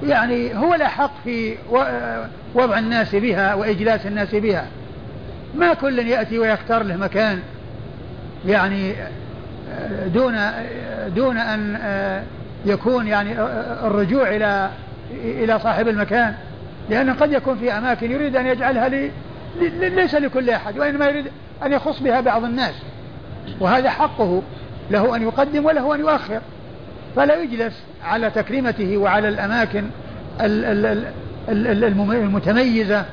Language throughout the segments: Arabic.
يعني هو الأحق في وضع الناس بها وإجلاس الناس بها. ما كل يأتي ويختار له مكان يعني دون أن يكون يعني الرجوع إلى صاحب المكان، لأنه قد يكون في أماكن يريد أن يجعلها ليس لكل أحد، وإنما يريد أن يخص بها بعض الناس، وهذا حقه، له أن يقدم وله أن يؤخر، فلا يجلس على تكريمته وعلى الأماكن المتميزة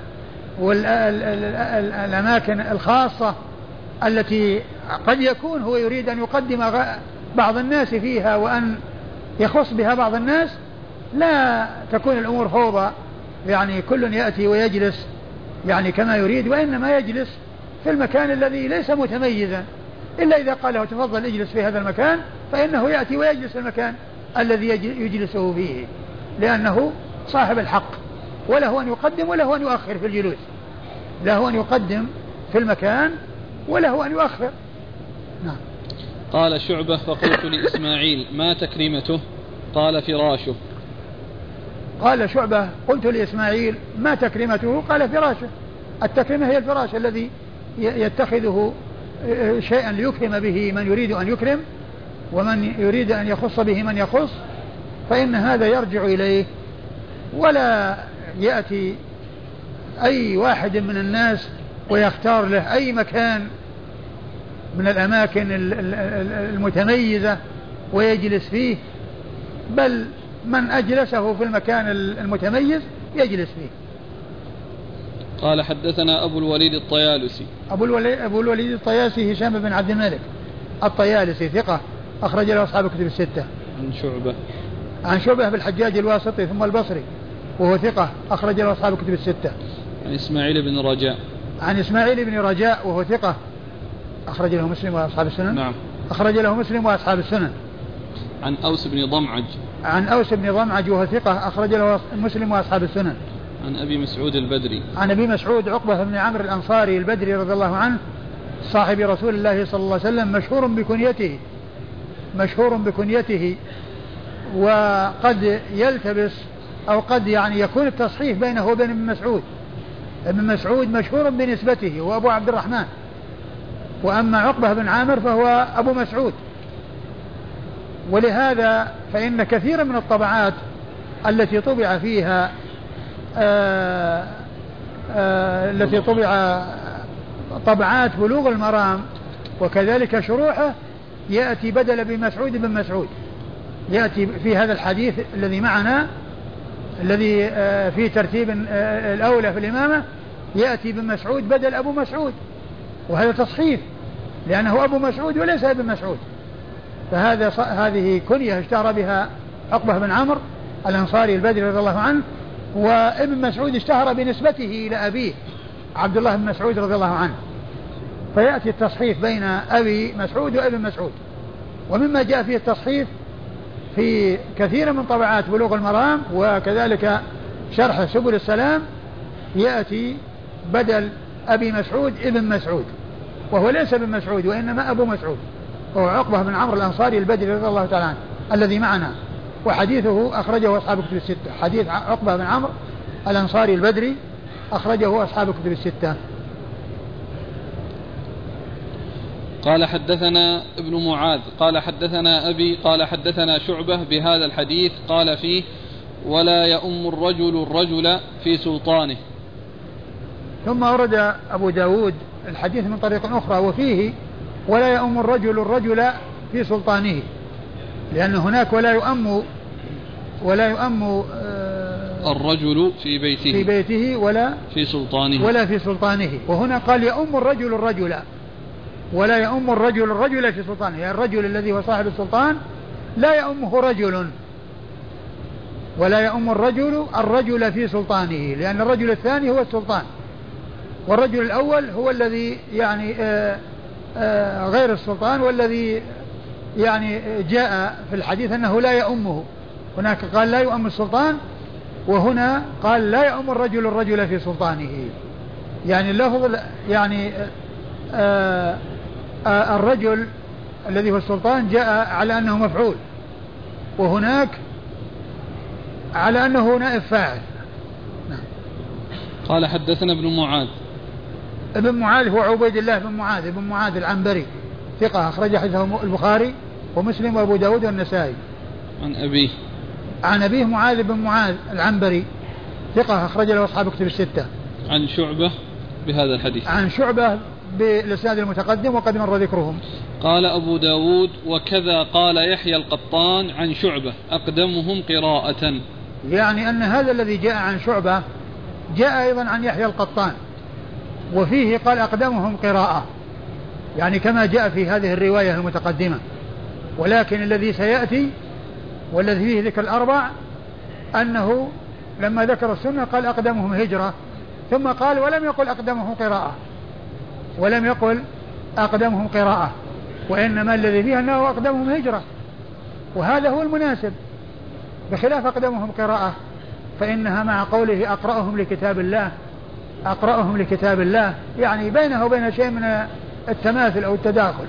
والأماكن الخاصة التي قد يكون هو يريد أن يقدم بعض الناس فيها وأن يخص بها بعض الناس. لا تكون الأمور فوضى، يعني كل يأتي ويجلس يعني كما يريد، وإنما يجلس في المكان الذي ليس متميزا، إلا إذا قال له تفضل اجلس في هذا المكان، فإنه يأتي ويجلس في المكان الذي يجلسه فيه، لأنه صاحب الحق، وله أن يقدم وله أن يؤخر في الجلوس، له أن يقدم في المكان وله أن يؤخر. نعم. قال شعبة: فقلت لإسماعيل: ما تكريمته؟ قال: فراشه. قال شعبة: قلت لإسماعيل: ما تكريمته؟ قال: فراشه. التكريمة هي الفراش الذي يتخذه شيئا ليكرم به من يريد أن يكرم، ومن يريد أن يخص به من يخص، فإن هذا يرجع إليه، ولا يأتي أي واحد من الناس ويختار له أي مكان من الأماكن المتميزة ويجلس فيه، بل من أجلسه في المكان المتميز يجلس فيه. قال: حدثنا أبو الوليد الطيالسي. أبو الوليد الطيالسي هشام بن عبد الملك الطيالسي، ثقة، أخرج له أصحاب الكتب الستة. عن شعبة بالحجاج الواسطي ثم البصري، وهو ثقة، أخرج له أصحاب الكتب الستة. عن إسماعيل بن رجاء وهو ثقة، أخرج له مسلم وأصحاب السنن. نعم. أخرج له مسلم وأصحاب السنن. عن أوس بن ضمعج وهو ثقة، أخرج له مسلم وأصحاب السنن. عن أبي مسعود البدري. عن أبي مسعود عقبة بن عمرو الأنصاري البدري رضي الله عنه، صاحب رسول الله صلى الله عليه وسلم، مشهور بكنيته، وقد يلتبس أو قد يعني يكون التصحيف بينه وبين ابن مسعود مشهور بنسبته وأبو عبد الرحمن، وأما عقبة بن عامر فهو أبو مسعود. ولهذا فإن كثير من الطبعات التي طبع فيها التي طبع طبعات بلوغ المرام وكذلك شروحه يأتي بدل بمسعود بن مسعود، يأتي في هذا الحديث الذي معنا الذي في ترتيب الأولى في الإمامة، يأتي بن مسعود بدل أبو مسعود، وهذا تصحيف لأنه أبو مسعود وليس ابن مسعود. هذه كنية اشتهر بها عقبة بن عمرو الأنصاري البدري رضي الله عنه، وابن مسعود اشتهر بنسبته إلى أبيه عبد الله بن مسعود رضي الله عنه، فيأتي التصحيف بين أبي مسعود وابن مسعود. ومما جاء فيه التصحيف في كثير من طبعات بلوغ المرام وكذلك شرح سبل السلام يأتي بدل أبي مسعود ابن مسعود، وهو ليس ابن مسعود وإنما أبو مسعود، وهو عقبة بن عمرو الأنصاري البدري رضي الله تعالى عنه الذي معنا، وحديثه أخرجه أصحاب الكتب الستة. حديث عقبة بن عمرو الأنصاري البدري أخرجه أصحاب الكتب الستة. قال: حدثنا ابن معاذ قال: حدثنا أبي قال: حدثنا شعبة بهذا الحديث قال فيه: ولا يؤم الرجل في سلطانه. ثم ورد أبو داود الحديث من طريق أخرى وفيه: ولا يؤم الرجل في سلطانه، لأن هناك ولا يؤم الرجل في بيته ولا في سلطانه، وهنا قال يؤم الرجل ولا يؤم الرجل في سلطانه، يعني الرجل الذي هو صاحب السلطان لا يؤمه رجل، ولا يؤم الرجل في سلطانه، لأن الرجل الثاني هو السلطان، والرجل الأول هو الذي يعني غير السلطان، والذي يعني جاء في الحديث أنه لا يؤمه. هناك قال لا يؤم السلطان، وهنا قال لا يؤم الرجل في سلطانه، يعني اللفظ يعني الرجل الذي هو السلطان جاء على أنه مفعول، وهناك على أنه نائب فاعل. نعم. قال حدثنا ابن معاذ. ابن معاذ هو عبيد الله بن معاذ بن معاذ العنبري ثقة أخرج حديثه البخاري ومسلم وأبو داود والنسائي. عن أبيه معاذ بن معاذ العنبري ثقة أخرج له أصحاب كتب الستة. عن شعبة بهذا الحديث. عن شعبة بالإسناد المتقدم وقد مر ذكرهم. قال أبو داود وكذا قال يحيى القطان عن شعبة أقدمهم قراءة. يعني أن هذا الذي جاء عن شعبة جاء أيضا عن يحيى القطان وفيه قال أقدمهم قراءة، يعني كما جاء في هذه الرواية المتقدمة. ولكن الذي سيأتي والذي فيه ذكر الأربع أنه لما ذكر السنة قال أقدمهم هجرة، ثم قال ولم يقل أقدمهم قراءة، ولم يقل أقدمهم قراءة، وإنما الذي فيه أنه أقدمهم هجرة، وهذا هو المناسب، بخلاف أقدمهم قراءة فإنها مع قوله أقرأهم لكتاب الله، أقرأهم لكتاب الله، يعني بينه وبين شيء من التماثل أو التداخل.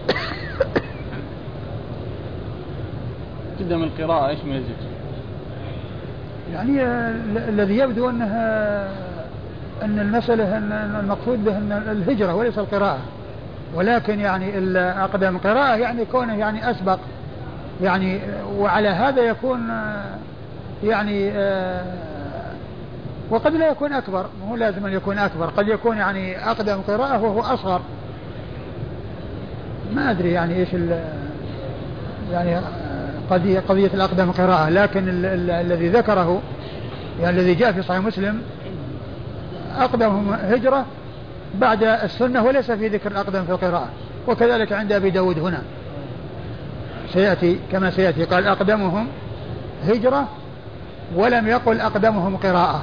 قدم القراءة إيش ما يزيد؟ يعني الذي يبدو أن المسألة أن المقصود به أن الهجرة وليس القراءة، ولكن يعني أقدم قراءة يعني كونه يعني أسبق، يعني وعلى هذا يكون يعني وقد لا يكون أكبر، مو لازم أن يكون أكبر، قد يكون يعني أقدم قراءة وهو أصغر، ما أدري يعني إيش يعني قضية الأقدم قراءة. لكن الذي ذكره يعني الذي جاء في صحيح مسلم أقدمهم هجرة بعد السنة، وليس في ذكر الأقدم في القراءة. وكذلك عند أبي داود هنا سيأتي كما سيأتي قال أقدمهم هجرة ولم يقل أقدمهم قراءة.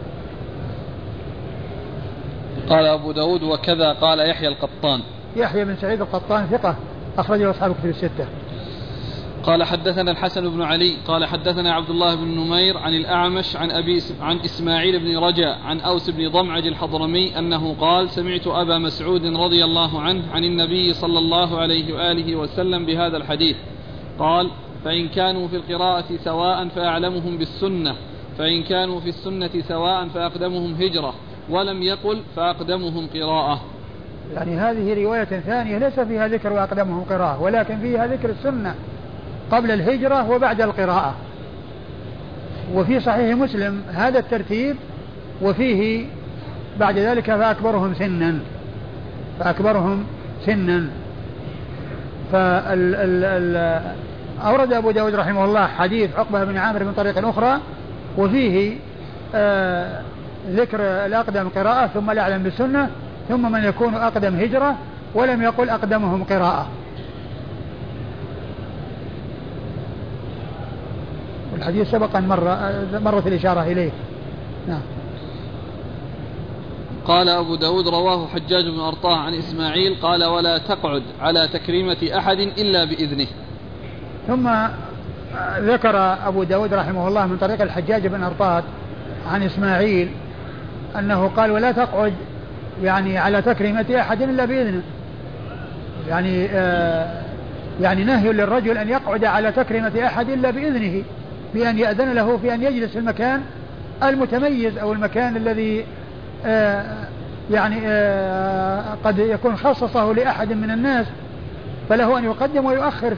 قال أبو داود وكذا قال يحيى القطان. يحيى بن سعيد القطان ثقة أخرجه أصحاب الكتب الستة. قال حدثنا الحسن بن علي قال حدثنا عبد الله بن نمير عن الأعمش عن إسماعيل بن رجاء عن أوس بن ضمعج الحضرمي أنه قال سمعت أبا مسعود رضي الله عنه عن النبي صلى الله عليه وآله وسلم بهذا الحديث قال فإن كانوا في القراءة سواء فأعلمهم بالسنة، فإن كانوا في السنة سواء فأقدمهم هجرة، ولم يقل فأقدمهم قراءة. يعني هذه رواية ثانية ليس فيها ذكر وأقدمهم قراءة، ولكن فيها ذكر السنة قبل الهجرة وبعد القراءة. وفي صحيح مسلم هذا الترتيب، وفيه بعد ذلك فأكبرهم سنا. أورد أبو داود رحمه الله حديث عقبة بن عامر من طريق أخرى وفيه ذكر الأقدم قراءة ثم الأعلم بالسنة ثم من يكون أقدم هجرة، ولم يقل أقدمهم قراءة. والحديث سبق أن مرت الإشارة إليه. نعم. قال أبو داود رواه حجاج بن أرطاه عن إسماعيل قال ولا تقعد على تكريمة أحد إلا بإذنه. ثم ذكر أبو داود رحمه الله من طريق الحجاج بن أرطاه عن إسماعيل أنه قال ولا تقعد يعني على تكريمة أحد إلا بإذنه، يعني نهي للرجل أن يقعد على تكريمة أحد إلا بإذنه، بأن يأذن له في أن يجلس في المكان المتميز أو المكان الذي قد يكون خصصه لأحد من الناس، فله أن يقدم ويؤخر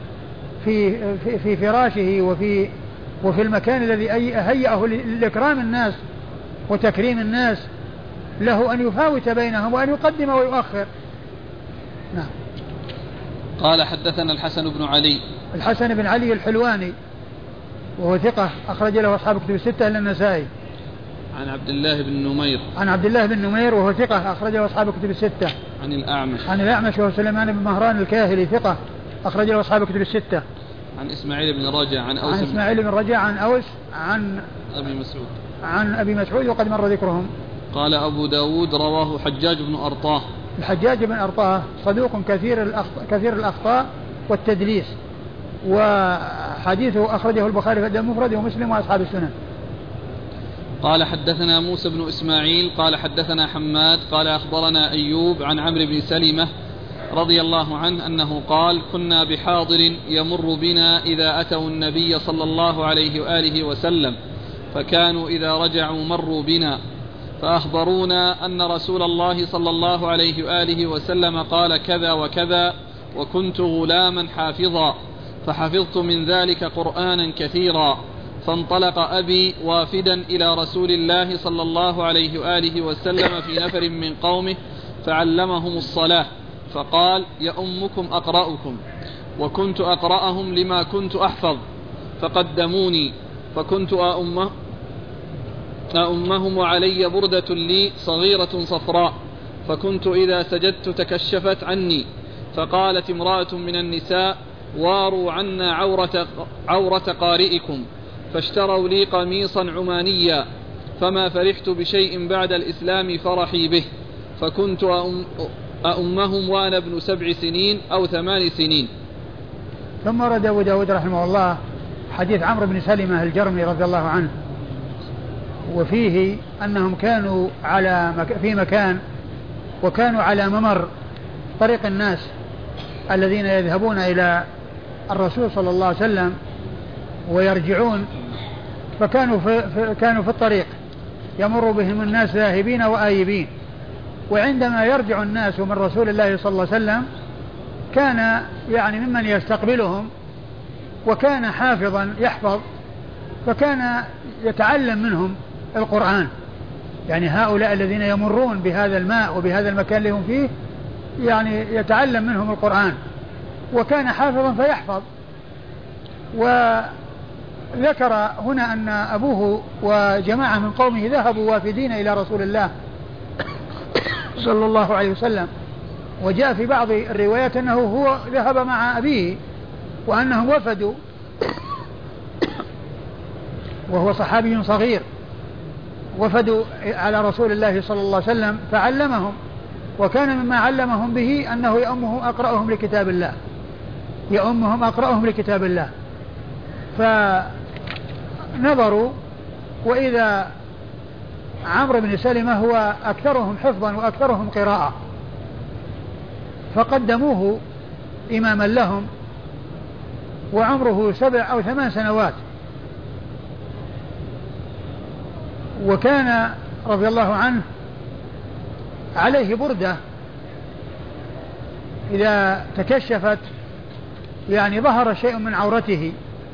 في فراشه وفي المكان الذي هيأه لإكرام الناس وتكريم الناس، له أن يفاوت بينهم وأن يقدم ويؤخر. نعم. قال حدثنا الحسن بن علي الحلواني وهو ثقة أخرج له أصحاب كتب الستة إلا النسائي. عن عبد الله بن نمير وهو ثقة أخرج له أصحاب كتب الستة. عن الأعمش وهو سليمان بن مهران الكاهلي ثقة أخرج له أصحاب كتب الستة. عن إسماعيل بن رجاء عن أوس عن أبي مسعود وقد مر ذكرهم. قال أبو داود رواه حجاج بن أرطاه. الحجاج بن أرطاه صدوق كثير الأخطاء والتدليس، وحديثه أخرجه البخاري في الأدب المفرد ومسلم وأصحاب السنن. قال حدثنا موسى بن إسماعيل قال حدثنا حماد قال أخبرنا أيوب عن عمرو بن سلمة رضي الله عنه أنه قال: كنا بحاضر يمر بنا إذا أتوا النبي صلى الله عليه وآله وسلم، فكانوا إذا رجعوا مروا بنا فأخبرونا أن رسول الله صلى الله عليه وآله وسلم قال كذا وكذا، وكنت غلاما حافظا فحفظت من ذلك قرآنا كثيرا. فانطلق أبي وافدا إلى رسول الله صلى الله عليه وآله وسلم في نفر من قومه فعلمهم الصلاة، فقال: يؤمكم أقرأكم. وكنت أقرأهم لما كنت أحفظ، فقدموني فكنت أؤمهم، وعلي بردة لي صغيرة صفراء، فكنت إذا سجدت تكشفت عني. فقالت امرأة من النساء: واروا عنا عورة قارئكم، فاشتروا لي قميصا عمانيا، فما فرحت بشيء بعد الإسلام فرحي به، فكنت أؤمهم وأنا ابن 7 سنين أو 8 سنين. ثم رد أبو داود رحمه الله حديث عمرو بن سلمة الجرمي رضي الله عنه، وفيه أنهم كانوا في مكان، وكانوا على ممر طريق الناس الذين يذهبون إلى الرسول صلى الله عليه وسلم ويرجعون، كانوا في الطريق يمر بهم الناس ذاهبين وآيبين، وعندما يرجع الناس من رسول الله صلى الله عليه وسلم كان يعني ممن يستقبلهم، وكان حافظا يحفظ، فكان يتعلم منهم القرآن. يعني هؤلاء الذين يمرون بهذا الماء وبهذا المكان اللي هم فيه يعني يتعلم منهم القرآن، وكان حافظا فيحفظ. وذكر هنا أن أبوه وجماعة من قومه ذهبوا وافدين إلى رسول الله صلى الله عليه وسلم، وجاء في بعض الروايات أنه هو ذهب مع أبيه وأنهم وفدوا، وهو صحابي صغير، وفدوا على رسول الله صلى الله عليه وسلم فعلمهم، وكان مما علمهم به أنه يؤمهم أقرأهم لكتاب الله. فنظروا وإذا عمرو بن سلمة هو أكثرهم حفظا وأكثرهم قراءة، فقدموه إماما لهم، وعمره 7 أو 8 سنوات. وكان رضي الله عنه عليه بردة إذا تكشفت يعني ظهر شيء من عورته،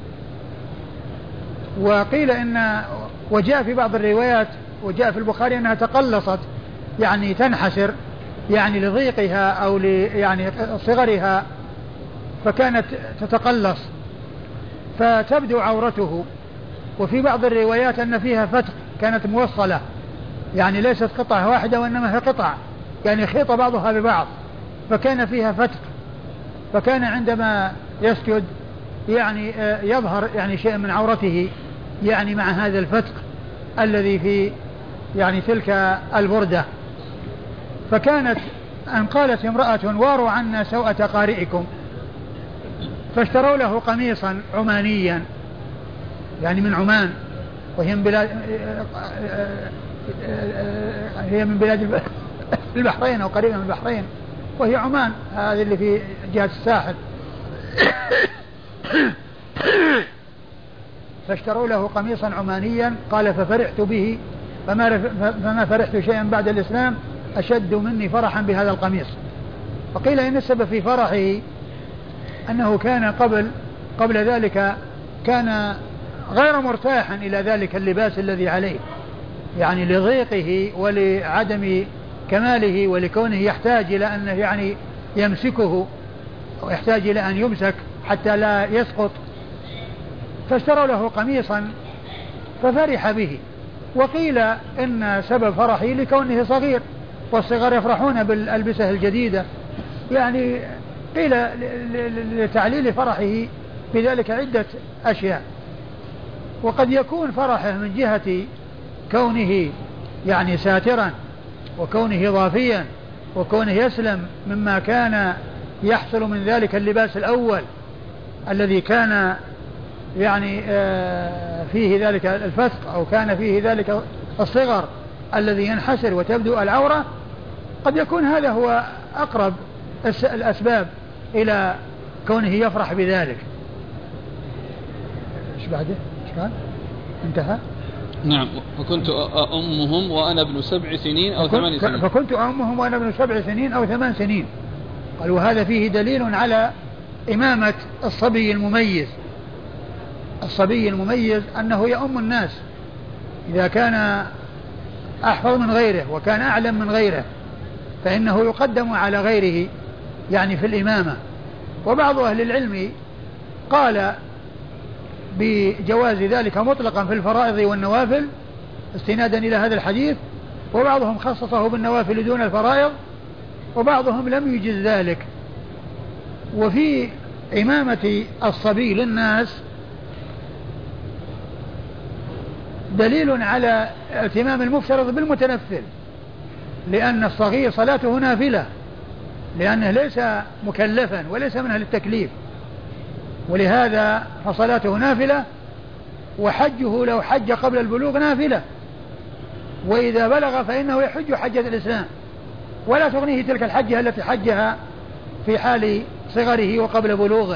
وقيل وجاء في بعض الروايات وجاء في البخاري أنها تقلصت، يعني تنحسر، يعني لضيقها أو يعني صغرها، فكانت تتقلص فتبدو عورته. وفي بعض الروايات أن فيها فتق، كانت موصلة، يعني ليست قطعة واحدة وإنما هي قطع، يعني خيط بعضها ببعض، فكان فيها فتق، فكان عندما يسجد يعني يظهر يعني شيء من عورته يعني مع هذا الفتق الذي في يعني تلك البردة. فكانت أن قالت امرأة: واروا عنا سوءة قارئكم، فاشتروا له قميصا عمانيا، يعني من عمان، وهي من بلاد البحرين أو قريبة من البحرين، وهي عمان هذه اللي في جهة الساحل. فاشتروا له قميصا عمانيا، قال: ففرحت به فما فرحت شيئا بعد الإسلام أشد مني فرحا بهذا القميص. وقيل إن السبب في فرحه أنه كان قبل ذلك كان غير مرتاحا إلى ذلك اللباس الذي عليه، يعني لضيقه ولعدم كماله، ولكونه يحتاج إلى أن يعني يمسكه، ويحتاج إلى أن يمسك حتى لا يسقط. فاشتروا له قميصا ففرح به. وقيل إن سبب فرحه لكونه صغير، والصغار يفرحون بالألبسة الجديدة، يعني قيل لتعليل فرحه بذلك عدة أشياء. وقد يكون فرحه من جهة كونه يعني ساترا، وكونه ضافيا، وكونه يسلم مما كان يحصل من ذلك اللباس الأول الذي كان يعني فيه ذلك الفسق، أو كان فيه ذلك الصغر الذي ينحسر وتبدو العورة. قد يكون هذا هو أقرب الأسباب إلى كونه يفرح بذلك. ايش بعده؟ ايش قال؟ انتهى. نعم. فكنت أمهم وأنا ابن 7 سنين أو 8 سنين. فكنت أمهم وأنا ابن 7 سنين أو 8 سنين. قال وهذا فيه دليل على إمامة الصبي المميز. الصبي المميز أنه يؤم الناس إذا كان أحفظ من غيره وكان أعلم من غيره فإنه يقدم على غيره يعني في الإمامة. وبعض أهل العلم قال بجواز ذلك مطلقا في الفرائض والنوافل استنادا إلى هذا الحديث، وبعضهم خصصه بالنوافل دون الفرائض، وبعضهم لم يجز ذلك. وفي إمامة الصبي للناس دليل على اهتمام المفترض بالمتنفل، لأن الصغير صلاته نافلة لأنه ليس مكلفا وليس من أهل التكليف، ولهذا فصلاته نافلة، وحجه لو حج قبل البلوغ نافلة، وإذا بلغ فإنه يحج حجة الإسلام، ولا تغنيه تلك الحجة التي حجها في حال صغره وقبل بلوغه.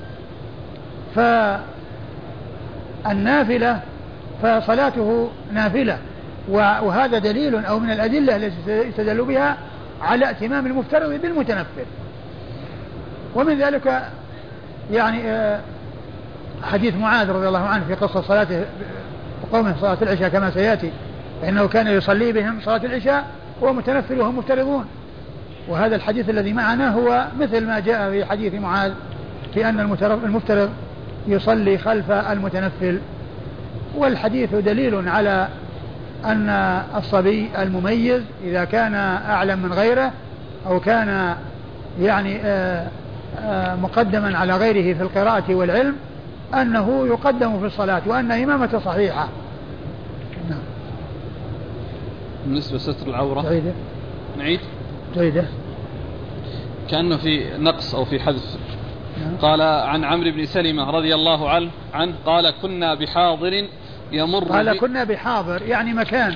فالنافلة فصلاته نافلة، وهذا دليل أو من الأدلة التي يستدل بها على اتمام المفترض بالمتنفل. ومن ذلك يعني حديث معاذ رضي الله عنه في قصة صلاته قومه صلاة العشاء كما سيأتي، فإنه كان يصلي بهم صلاة العشاء وهو متنفل وهم مفترضون. وهذا الحديث الذي معنا هو مثل ما جاء في حديث معاذ في أن المفترض يصلي خلف المتنفل. والحديث دليل على أن الصبي المميز إذا كان أعلم من غيره أو كان يعني مقدما على غيره في القراءة والعلم أنه يقدم في الصلاة، وأن إمامته صحيحة. نعم. بالنسبة لستر العورة جيدة. نعيد جيدة. كأنه في نقص أو في حذف. نعم. قال عن عمرو بن سلمة رضي الله عنه قال كنا بحاضر يمر قال كنا بحاضر يعني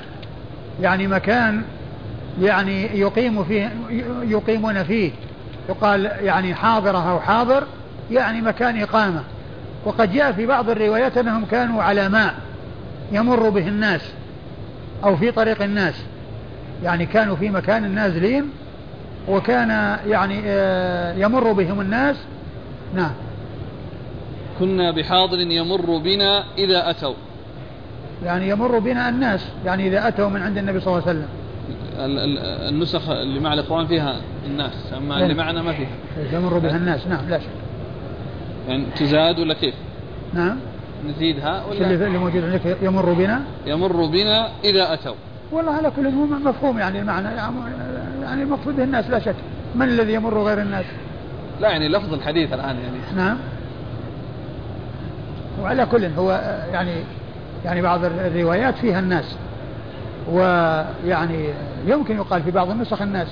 مكان يعني يقيمون فيه، يقال يعني حاضرة أو حاضر يعني مكان إقامة. وقد جاء في بعض الروايات أنهم كانوا على ماء يمر به الناس أو في طريق الناس، يعني كانوا في مكان نازلين وكان يعني يمر بهم الناس. نعم. كنا بحاضر يمر بنا إذا أتوا، يعني يمر بنا الناس، يعني إذا أتوا من عند النبي صلى الله عليه وسلم. النسخ اللي مع الإخوان فيها الناس، أما اللي معنا ما فيها يمر بها الناس. نعم لا شك. يعني تزاد ولا كيف؟ نعم نزيدها ولا اللي موجود عندك يمر بنا إذا أتوا. والله على كل هو مفهوم يعني المعنى، يعني المقصود به الناس لا شك. من الذي يمر غير الناس؟ لا يعني لفظ الحديث الآن يعني. نعم. وعلى كل هو يعني بعض الروايات فيها الناس، ويعني يمكن يقال في بعض النسخ الناس،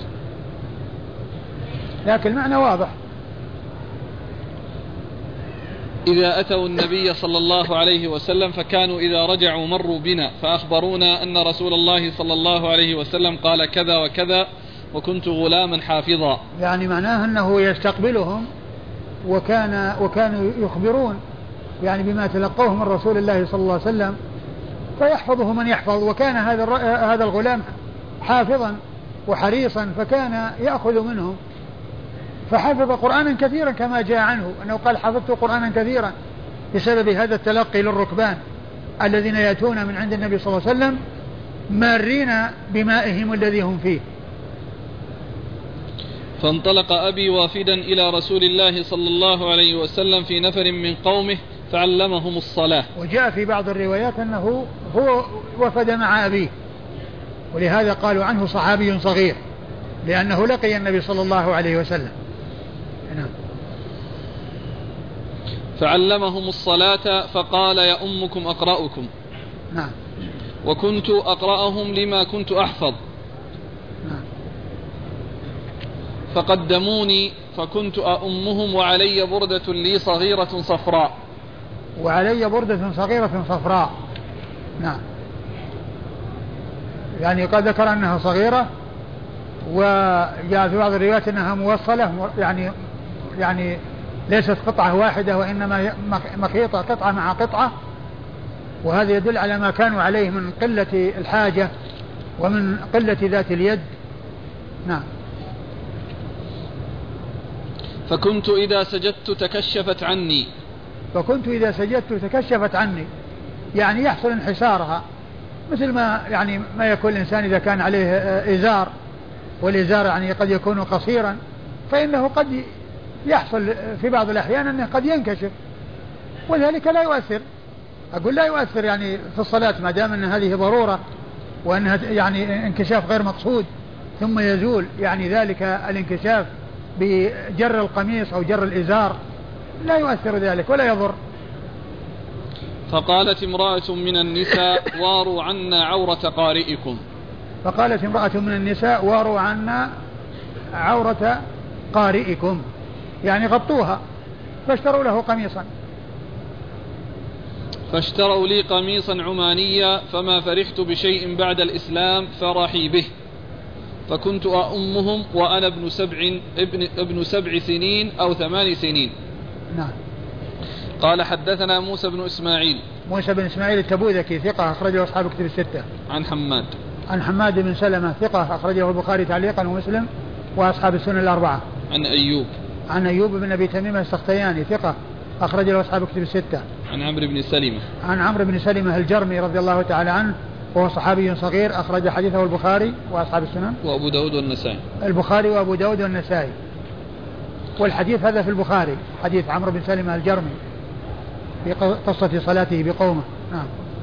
لكن المعنى واضح. إذا أتوا النبي صلى الله عليه وسلم فكانوا إذا رجعوا مروا بنا فأخبرونا أن رسول الله صلى الله عليه وسلم قال كذا وكذا وكنت غلاما حافظا. يعني معناه أنه يستقبلهم وكانوا يخبرون يعني بما تلقوه من رسول الله صلى الله عليه وسلم فيحفظه من يحفظ. وكان هذا الغلام حافظا وحريصا فكان يأخذ منهم، فحفظ قرآنا كثيرا كما جاء عنه أنه قال حفظت قرآنا كثيرا بسبب هذا التلقي للركبان الذين يأتون من عند النبي صلى الله عليه وسلم مارين بمائهم الذي هم فيه. فانطلق أبي وافدا إلى رسول الله صلى الله عليه وسلم في نفر من قومه فعلمهم الصلاة. وجاء في بعض الروايات أنه هو وفد مع أبيه، ولهذا قالوا عنه صحابي صغير لأنه لقي النبي صلى الله عليه وسلم. نعم. فعلمهم الصلاة فقال يا أمكم أقرأكم. نعم. وكنت أقرأهم لما كنت أحفظ. نعم. فقدموني فكنت أؤمهم وعلي بردة لي صغيرة صفراء. وعلي بردة صغيرة صفراء. نعم. يعني قد ذكر أنها صغيرة وجاء في بعض الروايات أنها موصلة، يعني ليست قطعة واحدة وإنما مخيطة قطعة مع قطعة، وهذا يدل على ما كانوا عليه من قلة الحاجة ومن قلة ذات اليد. نعم. فكنت إذا سجدت تكشفت عني، يعني يحصل انحسارها، مثل ما يعني ما يكون الإنسان إذا كان عليه إزار، والإزار يعني قد يكون قصيرا، فإنه قد يحصل في بعض الأحيان أنه قد ينكشف، وذلك لا يؤثر. أقول لا يؤثر يعني في الصلاة ما دام أن هذه ضرورة وأنها يعني انكشاف غير مقصود ثم يزول يعني ذلك الانكشاف بجر القميص أو جر الإزار، لا يؤثر ذلك ولا يضر. فقالت امرأة من النساء واروا عنا عورة قارئكم. فقالت امرأة من النساء واروا عنا عورة قارئكم، يعني غطوها، فاشتروا له قميصا. فاشتروا لي قميصا عمانيا فما فرحت بشيء بعد الإسلام فرحي به، فكنت أؤمهم وأنا ابن 7 سنين أو 8 سنين. نعم. قال حدثنا موسى بن إسماعيل التبوذكي ثقة أخرجه أصحاب كتب الستة. عن حماد بن سلمة ثقة أخرجه البخاري تعليقا ومسلم وأصحاب السنن الأربعة. عن أيوب بن أبي تميم السختياني ثقة أخرجه أصحاب كتب الستة. عن عمرو بن سلمة الجرمي رضي الله تعالى عنه، وهو صحابي صغير أخرج حديثه البخاري وأصحاب السنن وأبو داود والنسائي. البخاري وأبو داود والنسائي، والحديث هذا في البخاري، حديث عمرو بن سلمة الجرمي في قصة صلاته بقومه. نعم.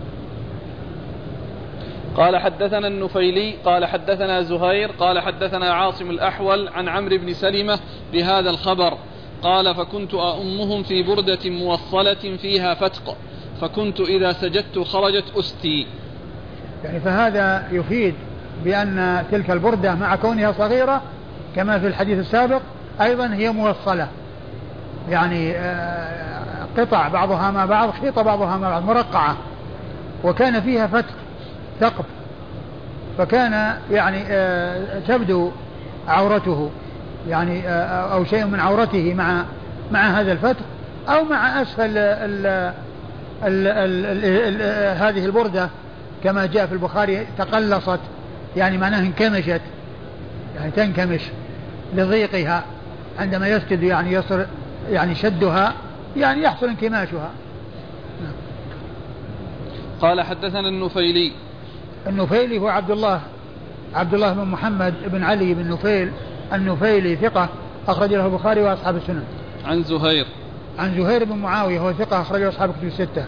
قال حدثنا النفيلي قال حدثنا زهير قال حدثنا عاصم الأحول عن عمرو بن سلمة بهذا الخبر قال فكنت أؤمهم في بردة موصلة فيها فتق، فكنت إذا سجدت خرجت أستي. يعني فهذا يفيد بأن تلك البردة مع كونها صغيرة كما في الحديث السابق أيضا هي موصلة، يعني قطع بعضها مع بعض، خيط بعضها مع بعض، مرقعة، وكان فيها فتق ثقب، فكان يعني تبدو عورته يعني أو شيء من عورته مع هذا الفتق أو مع أسفل هذه البردة كما جاء في البخاري تقلصت، يعني معناها انكمشت، يعني تنكمش لضيقها عندما يسجد، يعني يصر يعني شدها يعني يحصل انكماشها. قال حدثنا النفيلي هو عبد الله بن محمد بن علي بن نفيل النفيلي ثقة أخرج له البخاري وأصحاب السنن. عن زهير بن معاوية هو ثقة أخرج له أصحاب الكتب الستة.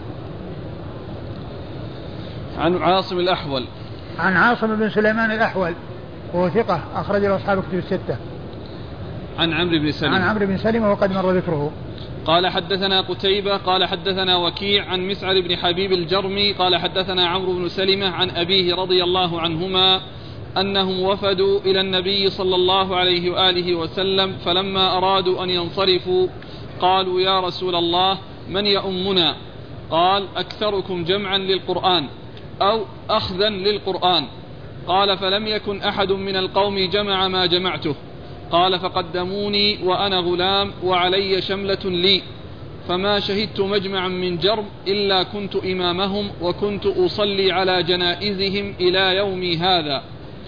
عن عاصم بن سليمان الأحول وهو ثقة أخرج له أصحاب الكتب الستة. عن عمرو بن سلمة وقد مر ذكره. قال حدثنا قتيبة قال حدثنا وكيع عن مسعر بن حبيب الجرمي قال حدثنا عمرو بن سلمة عن أبيه رضي الله عنهما أنهم وفدوا إلى النبي صلى الله عليه وآله وسلم، فلما أرادوا أن ينصرفوا قالوا يا رسول الله من يؤمنا؟ قال أكثركم جمعا للقرآن أو أخذا للقرآن. قال فلم يكن أحد من القوم جمع ما جمعته. قال فقدموني وأنا غلام وعلي شملة لي، فما شهدت مجمعا من جرب إلا كنت إمامهم وكنت أصلي على جنائزهم إلى يومي هذا.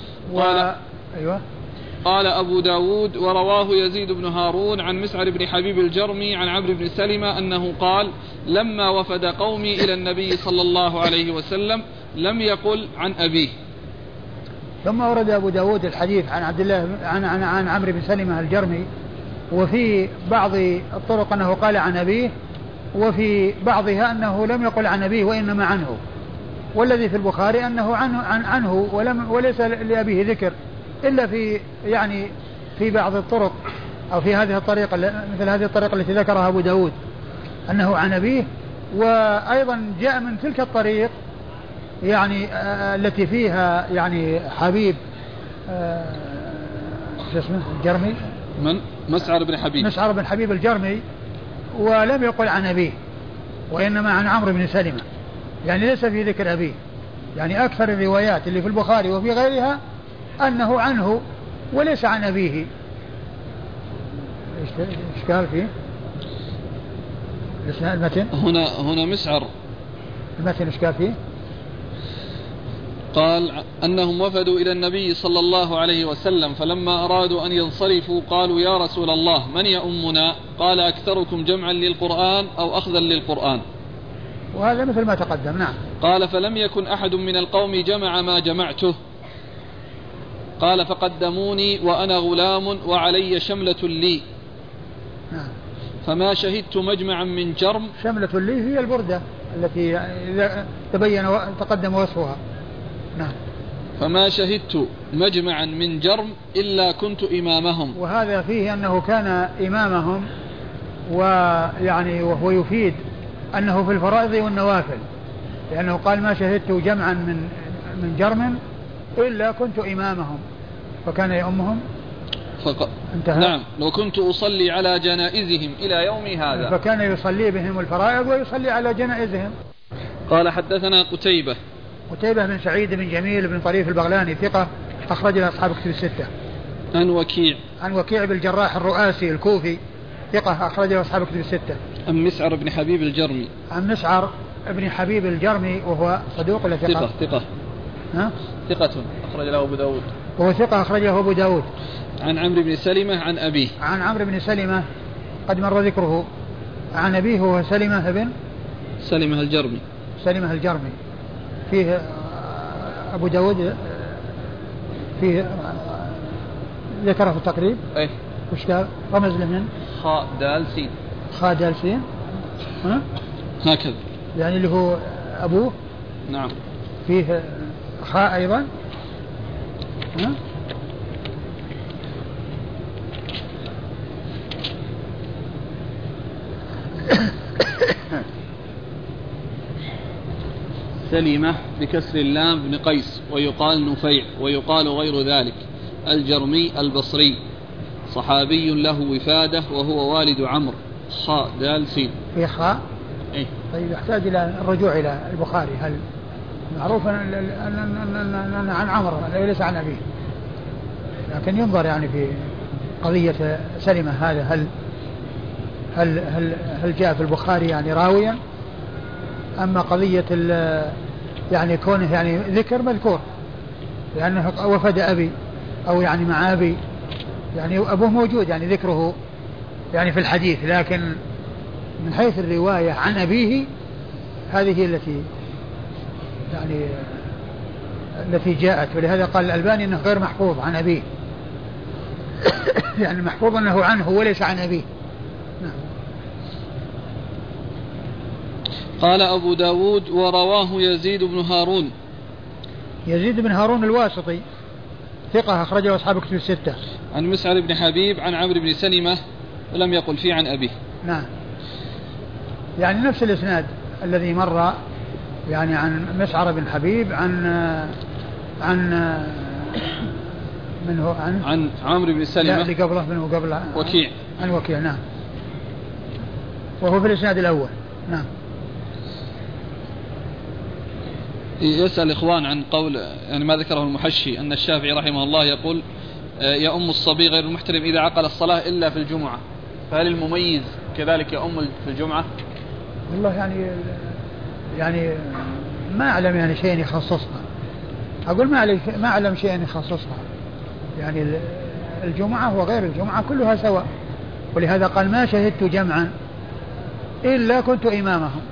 قال أبو داود ورواه يزيد بن هارون عن مسعر بن حبيب الجرمي عن عمرو بن سلمة أنه قال لما وفد قومي إلى النبي صلى الله عليه وسلم لم يقل عن أبيه. ثم ورد أبو داود الحديث عن عبد الله عن عمرو بن سلمة الجرمي، وفي بعض الطرق أنه قال عن أبيه، وفي بعضها أنه لم يقل عن أبيه وإنما عنه، والذي في البخاري أنه عنه وليس لأبيه ذكر إلا في بعض الطرق أو في هذه الطريقة مثل هذه الطريقة التي ذكرها أبو داود أنه عن أبيه. وأيضا جاء من تلك الطريق يعني التي فيها يعني حبيب اسمه الجرمي مسعر بن حبيب الجرمي، ولم يقل عن أبيه وإنما عن عمرو بن سلمة، يعني ليس في ذكر أبيه. يعني أكثر الروايات اللي في البخاري وفي غيرها أنه عنه وليس عن أبيه. إشكال فيه المتن هنا مسعر المتن إشكال فيه. قال أنهم وفدوا إلى النبي صلى الله عليه وسلم فلما أرادوا أن ينصرفوا قالوا يا رسول الله من يؤمنا؟ قال أكثركم جمعا للقرآن أو أخذا للقرآن. وهذا مثل ما تقدم. نعم. قال فلم يكن أحد من القوم جمع ما جمعته. قال فقدموني وأنا غلام وعلي شملة لي. نعم. فما شهدت مجمعا من جرم. شملة لي هي البردة التي إذا تبين تقدم وصفها. نعم. فما شهدت مجمعا من جرم إلا كنت إمامهم. وهذا فيه أنه كان إمامهم، وهو يفيد أنه في الفرائض والنوافل، لأنه قال ما شهدت جمعا من جرم إلا كنت إمامهم، فكان يؤمهم. نعم. لو كنت أصلي على جنائزهم إلى يومي هذا. فكان يصلي بهم الفرائض ويصلي على جنائزهم. قال حدثنا قتيبة بن سعيد بن جميل بن طريف البغلاني ثقة أخرج له أصحاب كتب الستة. عن وكيع بن الجراح الرؤاسي الكوفي ثقة أخرج له أصحاب كتب الستة. عن مسعر بن حبيب الجرمي. مسعر بن حبيب الجرمي وهو صدوق ولا ثقة؟ ثقة أخرج له أبو داود. وهو ثقة أخرج له أبو داود. عن عمرو بن سلمة عن أبيه. عن عمرو بن سلمة قد مر ذكره. عن أبيه هو سلمة الجرمي. فيه أبو داود فيه ذكره في التقريب. أي. وش قال؟ رمز له من خاء دال سين. هكذا يعني اللي هو أبوه. نعم. فيه خاء أيضا. سلمة بكسر اللام بن قيس ويقال نفيع ويقال غير ذلك. الجرمي البصري صحابي له وفادة وهو والد عمرو. خاء دال سين. في خاء. إيه؟ طيب يحتاج إلى الرجوع إلى البخاري. هل معروف أن عن عمرو ليس عن أبيه، لكن ينظر يعني في قضية سلمة هذا هل جاء في البخاري يعني راويا، أما قضية يعني كونه يعني ذكر مذكور لأنه وفد أبي أو يعني مع أبي، يعني أبوه موجود يعني ذكره يعني في الحديث، لكن من حيث الرواية عن أبيه هذه هي التي جاءت، ولهذا قال الألباني أنه غير محفوظ عن أبيه يعني محفوظ أنه عنه وليس عن أبيه. نعم. قال أبو داود ورواه يزيد بن هارون الواسطي ثقة أخرجه أصحاب كتب الستة. عن مسعر بن حبيب عن عمرو بن سلمة ولم يقل فيه عن أبيه. نعم. يعني نفس الإسناد الذي مر، يعني عن مسعر بن حبيب عن عمرو بن سلمة اللي قبله منه قبل وكيع. عن وكيع. نعم. وهو في الإسناد الأول. نعم. يسأل الإخوان عن قول يعني ما ذكره المحشي أن الشافعي رحمه الله يقول يؤم الصبي غير المحترم إذا عقل الصلاة إلا في الجمعة، فهل المميز كذلك يؤم في الجمعة؟ والله يعني ما أعلم يعني شيء يخصصها، أقول ما أعلم شيء يخصصها، يعني الجمعة وغير الجمعة كلها سواء، ولهذا قال ما شهدت جمعا إلا كنت إمامهم.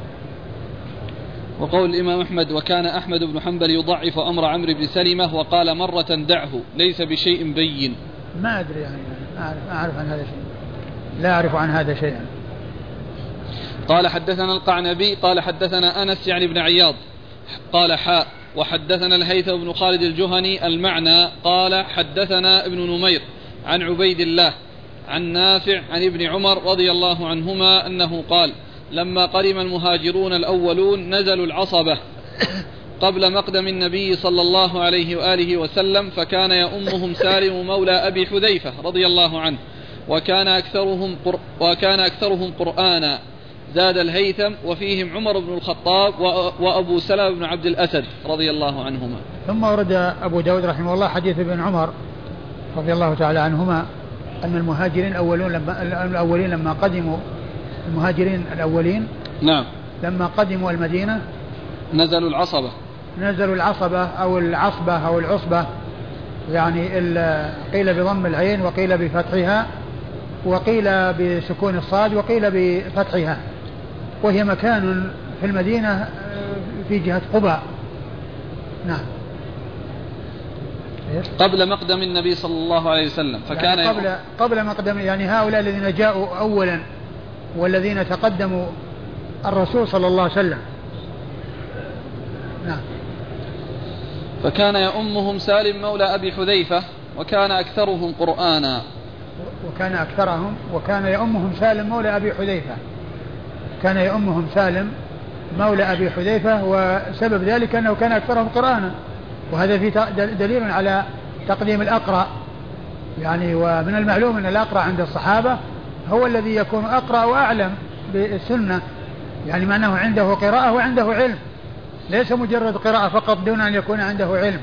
وقول الإمام أحمد وكان أحمد بن حنبل يضعف أمر عمرو بن سلمة وقال مرة دعه ليس بشيء بين. ما أدري يعني ما أعرف عن هذا شيء، لا أعرف عن هذا شيئا. قال حدثنا القعنبي قال حدثنا أنس يعني بن عياض قال حاء وحدثنا الهيثم بن خالد الجهني المعنى قال حدثنا ابن نمير عن عبيد الله عن نافع عن ابن عمر رضي الله عنهما أنه قال لما قدم المهاجرون الأولون نزلوا العصبة قبل مقدم النبي صلى الله عليه وآله وسلم، فكان يؤمهم سالم مولى أبي حذيفة رضي الله عنه وكان أكثرهم قرآنا. زاد الهيثم وفيهم عمر بن الخطاب وأبو سلمة بن عبد الأسد رضي الله عنهما. ثم ورد أبو داود رحمه الله حديث ابن عمر رضي الله تعالى عنهما أن الأولين لما قدموا المهاجرين الأولين نعم لما قدموا المدينة نزلوا العصبة أو العصبة أو العصبة، يعني قيل بضم العين وقيل بفتحها وقيل بسكون الصاد وقيل بفتحها، وهي مكان في المدينة في جهة قباء. نعم. قبل مقدم النبي صلى الله عليه وسلم، فكان يعني قبل مقدم، يعني هؤلاء الذين جاءوا أولا والذين تقدموا الرسول صلى الله عليه وسلم. نعم. فكان يؤمهم سالم مولى أبي حذيفة وكان أكثرهم قرآنا. وكان يؤمهم سالم مولى أبي حذيفة، كان يؤمهم سالم مولى أبي حذيفة، وسبب ذلك أنه كان أكثرهم قرآنا، وهذا فيه دليل على تقديم الأقرأ، يعني ومن المعلوم أن الأقرأ عند الصحابة هو الذي يكون أقرأ وأعلم بالسنة، يعني معناه عنده قراءة وعنده علم، ليس مجرد قراءة فقط دون أن يكون عنده علم.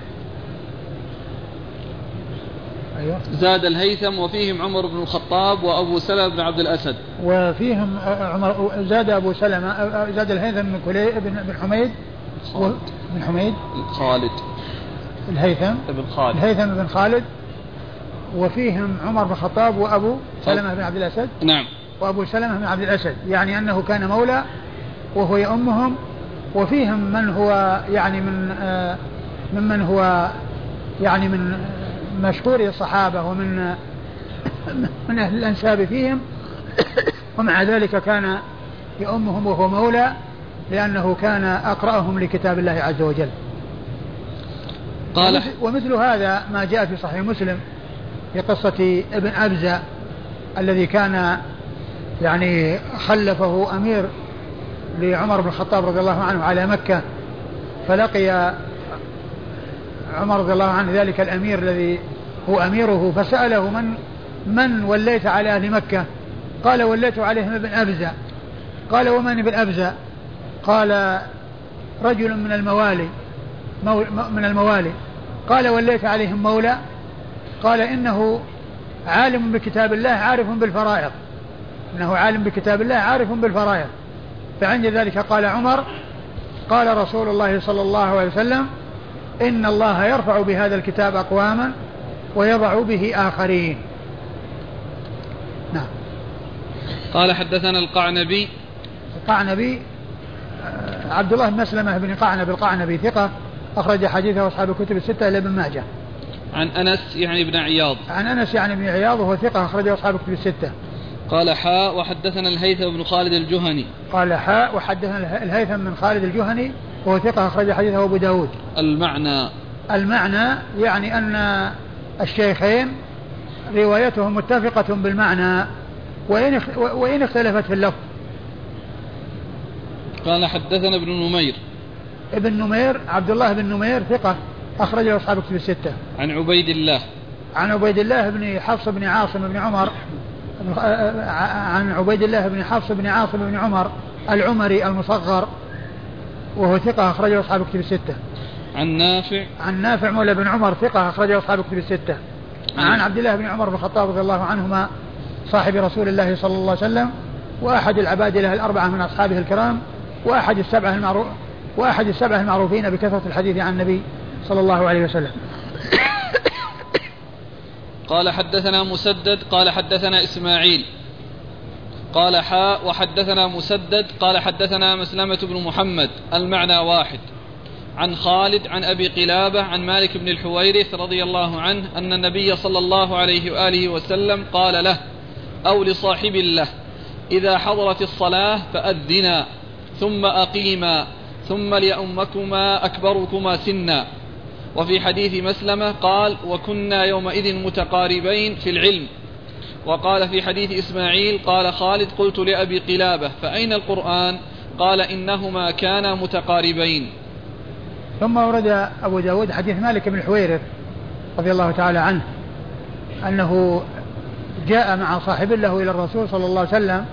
أيوة. زاد الهيثم وفيهم عمر بن الخطاب وأبو سلمة بن عبد الأسد. وفيهم زاد أبو سلمة، زاد الهيثم بن حميد بن حميد خالد الهيثم بن خالد، وفيهم عمر بن الخطاب وأبو سلمة بن عبد الأسد. نعم. وأبو سلمة بن عبد الأسد، يعني أنه كان مولى وهو يؤمهم، وفيهم من هو يعني ممن هو يعني من مشهور الصحابة ومن أهل الأنساب فيهم، ومع ذلك كان يؤمهم وهو مولى لأنه كان أقرأهم لكتاب الله عز وجل. ومثل هذا ما جاء في صحيح مسلم في قصة ابن أبزة الذي كان يعني خلفه أمير لعمر بن الخطاب رضي الله عنه على مكة، فلقي عمر رضي الله عنه ذلك الأمير الذي هو أميره، فسأله من وليت على أهل مكة؟ قال وليت عليهم ابن أبزة. قال ومن ابن أبزة؟ قال رجل من الموالي. قال وليت عليهم مولى؟ قال إنه عالم بكتاب الله عارف بالفرائض. فعند ذلك قال عمر قال رسول الله صلى الله عليه وسلم إن الله يرفع بهذا الكتاب أقواما ويضع به آخرين. نعم. قال حدثنا القعنبي عبد الله بن مسلمة بن قعنب القعنبي ثقة أخرج حديثه أصحاب الكتب الستة إلا ابن ماجه. عن أنس يعني بن عياض وهو ثقة أخرجه أصحاب الكتب الستة. قال حاء وحدثنا الهيثم بن خالد الجهني. قال حاء وحدثنا الهيثم بن خالد الجهني وهو ثقة أخرج حديثه أبو داود. المعنى يعني أن الشيخين روايتهم متفقة بالمعنى وإن اختلفت في اللفظ. قال حدثنا ابن نمير عبد الله بن نمير ثقة أخرجه أصحاب الكتب الستة. عن عبيد الله بن حفص بن عاصم بن عمر بن عمر العمري المصغر وهو ثقة أخرجه أصحاب الكتب الستة. عن نافع مولى بن عمر ثقة أخرجه أصحاب الكتب الستة. عن عبد الله بن عمر بن الخطاب رضي الله عنهما صاحب رسول الله صلى الله عليه وسلم وأحد العبادلة الأربعة من أصحابه الكرام وأحد السبعة المعروفين بكثرة الحديث عن النبي صلى الله عليه وسلم. قال حدثنا مسدد قال حدثنا إسماعيل قال حاء وحدثنا مسدد قال حدثنا مسلمة بن محمد المعنى واحد. عن خالد عن أبي قلابة عن مالك بن الحويرث رضي الله عنه أن النبي صلى الله عليه وآله وسلم قال له أو لصاحب له إذا حضرت الصلاة فأذنا ثم أقيما ثم ليؤمكما أكبركما سنا. وفي حديث مسلمة قال وكنا يومئذ متقاربين في العلم. وقال في حديث إسماعيل قال خالد قلت لأبي قلابة فأين القرآن؟ قال إنهما كانا متقاربين. ثم ورد أبو داود حديث مالك بن الحويرث رضي الله تعالى عنه أنه جاء مع صاحب له إلى الرسول صلى الله عليه وسلم،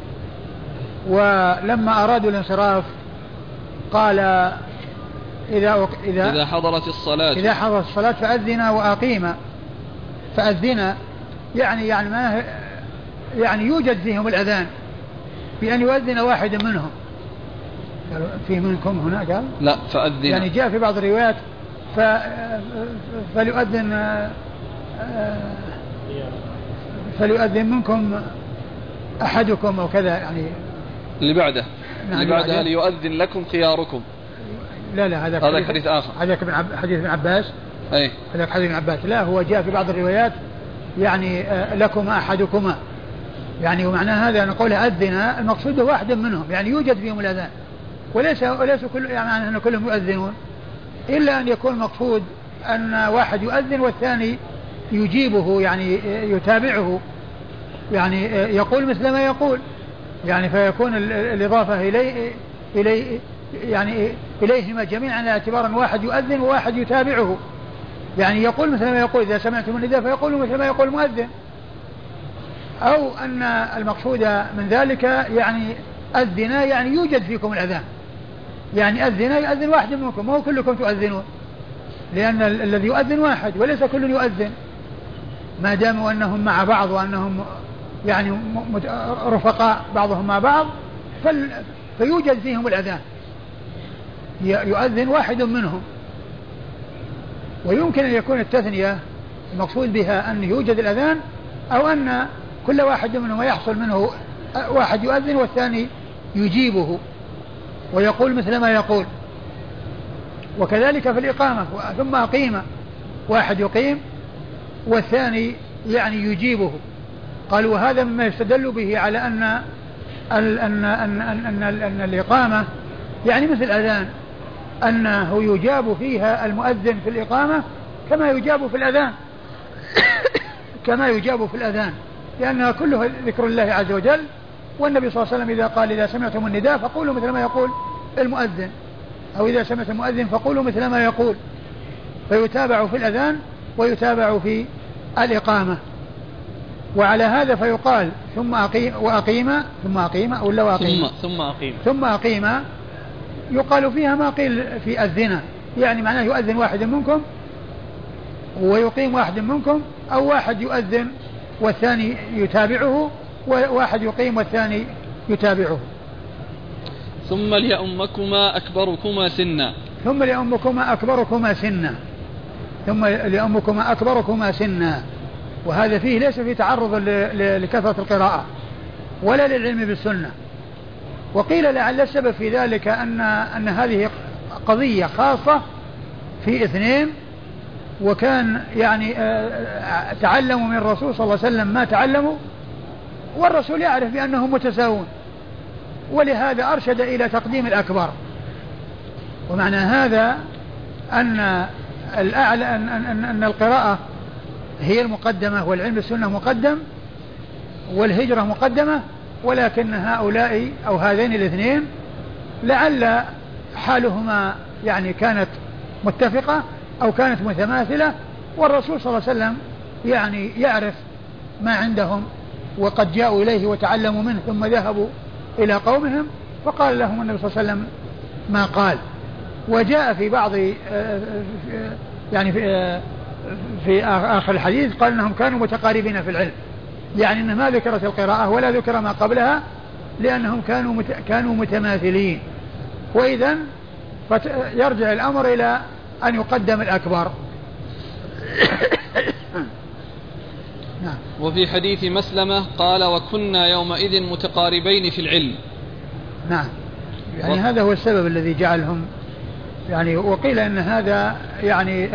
ولما أرادوا الانصراف قال إذا حضرت الصلاة فأذنا وأقيما، فأذن يعني ما يعني يوجد فيهم الأذان بأن يؤذن واحد منهم. في منكم هنا قال لا فأذن يعني جاء في بعض الروايات فليؤذن منكم أحدكم أو كذا يعني اللي بعده ليؤذن لكم خياركم. لا هذا حديث آخر. هذا حديث ابن عباس. هذا حديث ابن عباس. لا هو جاء في بعض الروايات يعني لكما أحدكما يعني ومعنى هذا أن قوله أذن المقصود واحد منهم يعني يوجد فيهم الأذان وليس كل يعني أن كلهم يؤذنون إلا أن يكون مقصود أن واحد يؤذن والثاني يجيبه يعني يتابعه يعني يقول مثل ما يقول يعني فيكون الإضافة إليه يعني إليهما جميعا على اعتبار أن واحد يؤذن وواحد يتابعه يعني يقول مثل ما يقول إذا سمعتم النداء فيقول مثل ما يقول المؤذن أو أن المقصود من ذلك يعني أذن يعني يوجد فيكم الأذان يعني أذن يؤذن واحد منكم ما هو كلكم تؤذنون لأن الذي يؤذن واحد وليس كل يؤذن ما داموا أنهم مع بعض وأنهم يعني رفقاء بعضهم مع بعض فيوجد فيهم الأذان يؤذن واحد منهم. ويمكن أن يكون التثنية المقصود بها أن يوجد الأذان أو أن كل واحد منهم يحصل منه واحد يؤذن والثاني يجيبه ويقول مثل ما يقول. وكذلك في الإقامة ثم أقيم واحد يقيم والثاني يعني يجيبه. قالوا وهذا مما يستدل به على أن الإقامة يعني مثل الأذان أنه يجاب فيها المؤذن في الإقامة كما يجاب في الأذان كما يجاب في الأذان لأنها كلها ذكر الله عز وجل. والنبي صلى الله عليه وسلم إذا قال إذا سمعتم النداء فقولوا مثل ما يقول المؤذن أو إذا سمعت المؤذن فقولوا مثل ما يقول فيتابع في الأذان ويتابع في الإقامة. وعلى هذا فيقال ثم أقيم يقال فيها ما قيل في الزنا يعني معناه يؤذن واحد منكم ويقيم واحد منكم أو واحد يؤذن والثاني يتابعه وواحد يقيم والثاني يتابعه. ثم ليؤمكما أكبركما سنا. وهذا فيه ليس في تعرض لكثرة القراءة ولا للعلم بالسنة. وقيل لعل السبب في ذلك أن هذه قضية خاصة في اثنين وكان يعني تعلموا من الرسول صلى الله عليه وسلم ما تعلموا والرسول يعرف بأنهم متساوون ولهذا أرشد إلى تقديم الأكبر. ومعنى هذا أن الأعلى أن القراءة هي المقدمة والعلم بالسنة مقدم والهجرة مقدمة ولكن هؤلاء أو هذين الاثنين لعل حالهما يعني كانت متفقة أو كانت متماثلة والرسول صلى الله عليه وسلم يعني يعرف ما عندهم وقد جاءوا إليه وتعلموا منه ثم ذهبوا إلى قومهم فقال لهم النبي صلى الله عليه وسلم ما قال. وجاء في بعض يعني في آخر الحديث قال أنهم كانوا متقاربين في العلم يعني أنه ما ذكرت القراءة ولا ذكر ما قبلها لأنهم كانوا متماثلين. وإذن يرجع الأمر إلى أن يقدم الأكبر. نعم. وفي حديث مسلمة قال وكنا يومئذ متقاربين في العلم. نعم يعني هذا هو السبب الذي جعلهم يعني وقيل أن هذا يعني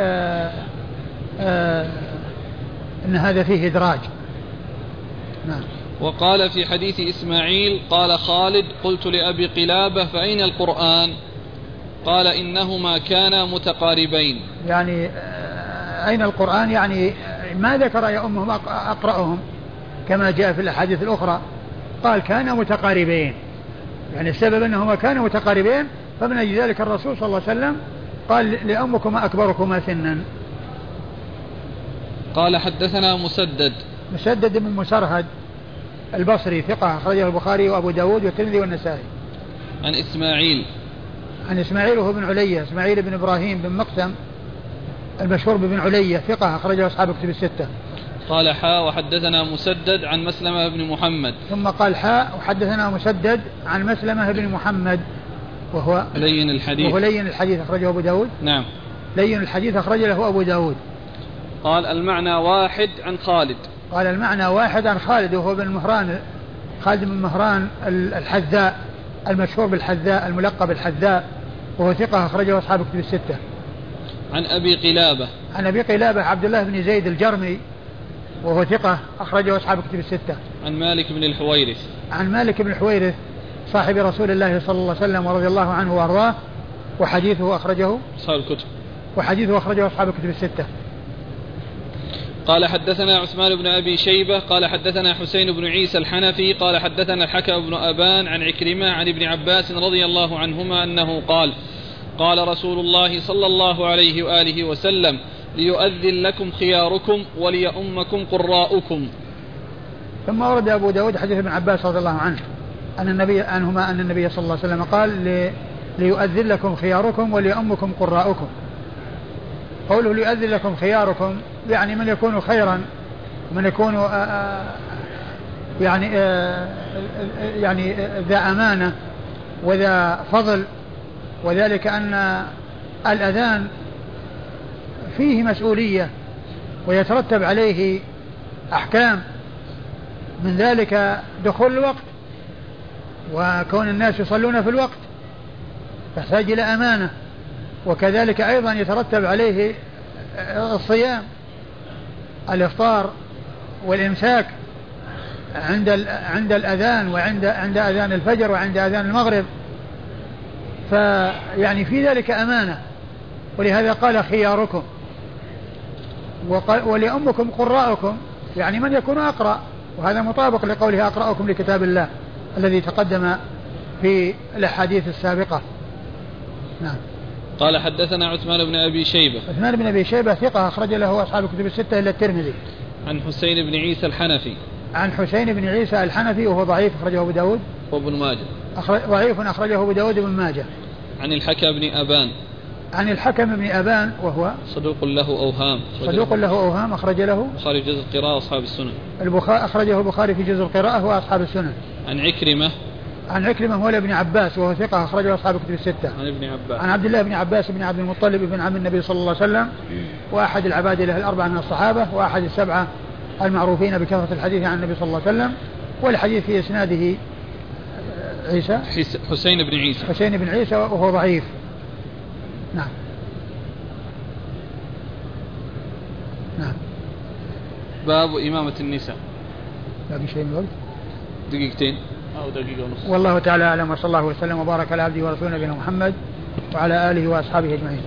أن هذا فيه إدراج. نعم. وقال في حديث إسماعيل قال خالد قلت لأبي قلابة فأين القرآن قال إنهما كانا متقاربين يعني أين القرآن يعني ما ذكر يا أمهم أقرأهم كما جاء في الأحاديث الأخرى قال كانا متقاربين يعني السبب أنهما كانوا متقاربين فمن أجل ذلك الرسول صلى الله عليه وسلم قال لأمكما أكبركما سنا. قال حدثنا مسدد بن مسرهد البصري ثقة أخرجه البخاري وأبو داود والترمذي والنسائي. عن إسماعيل وهو بن علية إسماعيل بن إبراهيم بن مقسم المشهور بن علية ثقة أخرجه أصحاب كتب الستة. قال حاء وحدثنا مسدد عن مسلمة بن محمد. ثم قال حاء وحدثنا مسدد عن مسلمة بن محمد وهو لين الحديث أخرجه أبو داود. نعم لين الحديث أخرج له أبو داود. قال المعنى واحد عن خالد. قال المعنى واحد عن خالد وهو بن مهران، خالد بن مهران الحذاء المشهور بالحذاء الملقب بالحذاء، وهو ثقة أخرجه أصحاب كتب الستة. عن أبي قلابة عبد الله بن زيد الجرمي وهو ثقة أخرجه أصحاب كتب الستة. عن مالك بن الحويرث صاحب رسول الله صلى الله عليه وسلم ورضي الله عنه وأرضاه، وحديثه أخرجه أصحاب كتب الستة. قال حدثنا عثمان بن أبي شيبة قال حدثنا حسين بن عيسى الحنفي قال حدثنا الحكم بن أبان عن عكرمة عن ابن عباس رضي الله عنهما أنه قال رسول الله صلى الله عليه وآله وسلم ليؤذن لكم خياركم وليؤمكم قراؤكم. ثم ورد أبو داود حديث ابن عباس رضي الله عنه أن النبي صلى الله عليه وسلم قال ليؤذن لكم خياركم وليؤمكم قراؤكم. قوله ليؤذن لكم خياركم يعني من يكون خيرا، من يكون يعني ذا أمانة وذا فضل، وذلك أن الأذان فيه مسؤولية ويترتب عليه أحكام، من ذلك دخول الوقت، وكون الناس يصلون في الوقت تحتاج إلى أمانة، وكذلك أيضا يترتب عليه الصيام، الإفطار والإمساك عند الأذان وعند أذان الفجر وعند أذان المغرب، فيعني في ذلك أمانة، ولهذا قال خياركم، ولأمكم قراءكم يعني من يكون أقرأ، وهذا مطابق لقوله أقرأكم لكتاب الله الذي تقدم في الأحاديث السابقة. نعم. قال حدثنا عثمان بن أبي شيبة ثقة أخرج له أصحاب الكتب الستة إلا الترمذي. عن حسين بن عيسى الحنفي وهو ضعيف أخرجه أبو داود وابن ماجه. ضعيف أخرجه أبو داود وابن ماجه. عن الحكم بن أبان وهو صدوق له أوهام أخرج له البخاري في جزء القراءة وأصحاب السنن. أخرجه البخاري في جزء القراءة وأصحاب السنن. عن عكرمة هو ابن عباس وهو ثقة أخرجه أصحاب الكتب الستة. عن عبد الله بن عباس بن عبد المطلب بن عم النبي صلى الله عليه وسلم، وأحد العباد له الأربعة من الصحابة، وأحد السبعة المعروفين بكثرة الحديث عن النبي صلى الله عليه وسلم، والحديث في إسناده حسين بن عيسى وهو ضعيف. نعم. باب إمامة النساء. باقي شيء من الوقت؟ دقيقتين أو دقيقة ونصف. والله تعالى أعلم، وصلى الله وسلم وبارك على عبده ورسوله نبينا محمد وعلى آله وأصحابه أجمعين.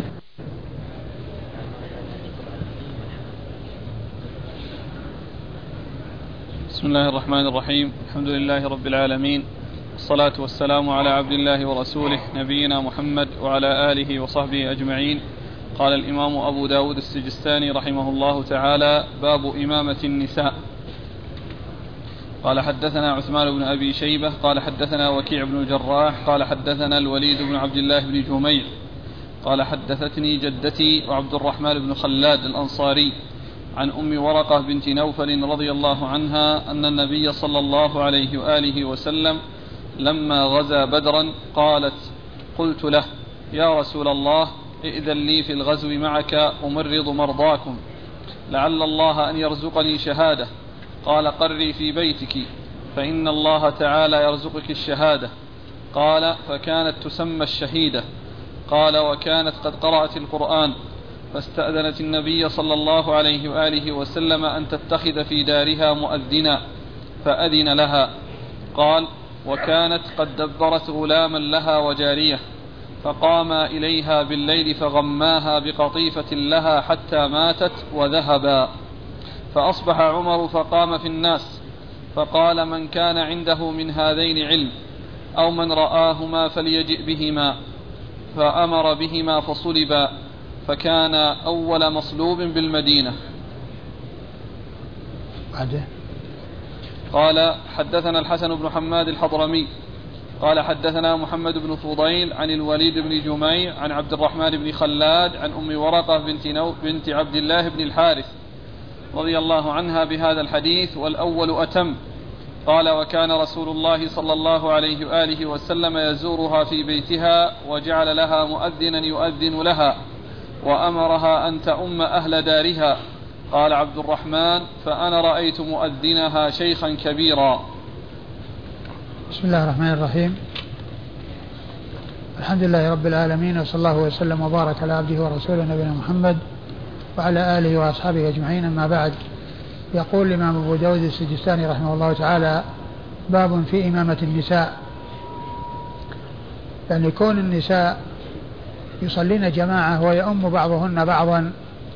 بسم الله الرحمن الرحيم. الحمد لله رب العالمين، الصلاة والسلام على عبد الله ورسوله نبينا محمد وعلى آله وصحبه أجمعين. قال الإمام أبو داود السجستاني رحمه الله تعالى: باب إمامة النساء. قال حدثنا عثمان بن أبي شيبة قال حدثنا وكيع بن الجراح قال حدثنا الوليد بن عبد الله بن جميع قال حدثتني جدتي وعبد الرحمن بن خلاد الأنصاري عن أم ورقة بنت نوفل رضي الله عنها أن النبي صلى الله عليه وآله وسلم لما غزا بدرا قالت: قلت له: يا رسول الله، ائذن لي في الغزو معك أمرض مرضاكم، لعل الله أن يرزقني شهادة. قال: قري في بيتك فإن الله تعالى يرزقك الشهادة. قال: فكانت تسمى الشهيدة. قال: وكانت قد قرأت القرآن، فاستأذنت النبي صلى الله عليه وآله وسلم أن تتخذ في دارها مؤذنا فأذن لها. قال: وكانت قد دبرت غلاما لها وجارية، فقاما إليها بالليل فغماها بقطيفة لها حتى ماتت وذهبا. فأصبح عمر فقام في الناس فقال: من كان عنده من هذين علم أو من رآهما فليجئ بهما، فأمر بهما فصلبا، فكان أول مصلوب بالمدينة. قال: حدثنا الحسن بن حماد الحضرمي قال حدثنا محمد بن فضيل عن الوليد بن جميع عن عبد الرحمن بن خلاد عن أم ورقة بنت عبد الله بن الحارث رضي الله عنها بهذا الحديث والأول أتم. قال: وكان رسول الله صلى الله عليه وآله وسلم يزورها في بيتها وجعل لها مؤذنا يؤذن لها وأمرها أن تؤم أهل دارها. قال عبد الرحمن: فأنا رأيت مؤذنها شيخا كبيرا. بسم الله الرحمن الرحيم. الحمد لله رب العالمين، وصلى الله وسلم وبارك على عبده ورسوله نبينا محمد وعلى آله وأصحابه أجمعين. أما بعد، يقول الإمام أبو داود السجستاني رحمه الله تعالى: باب في إمامة النساء. يعني كون النساء يصلين جماعة ويؤم بعضهن بعضا،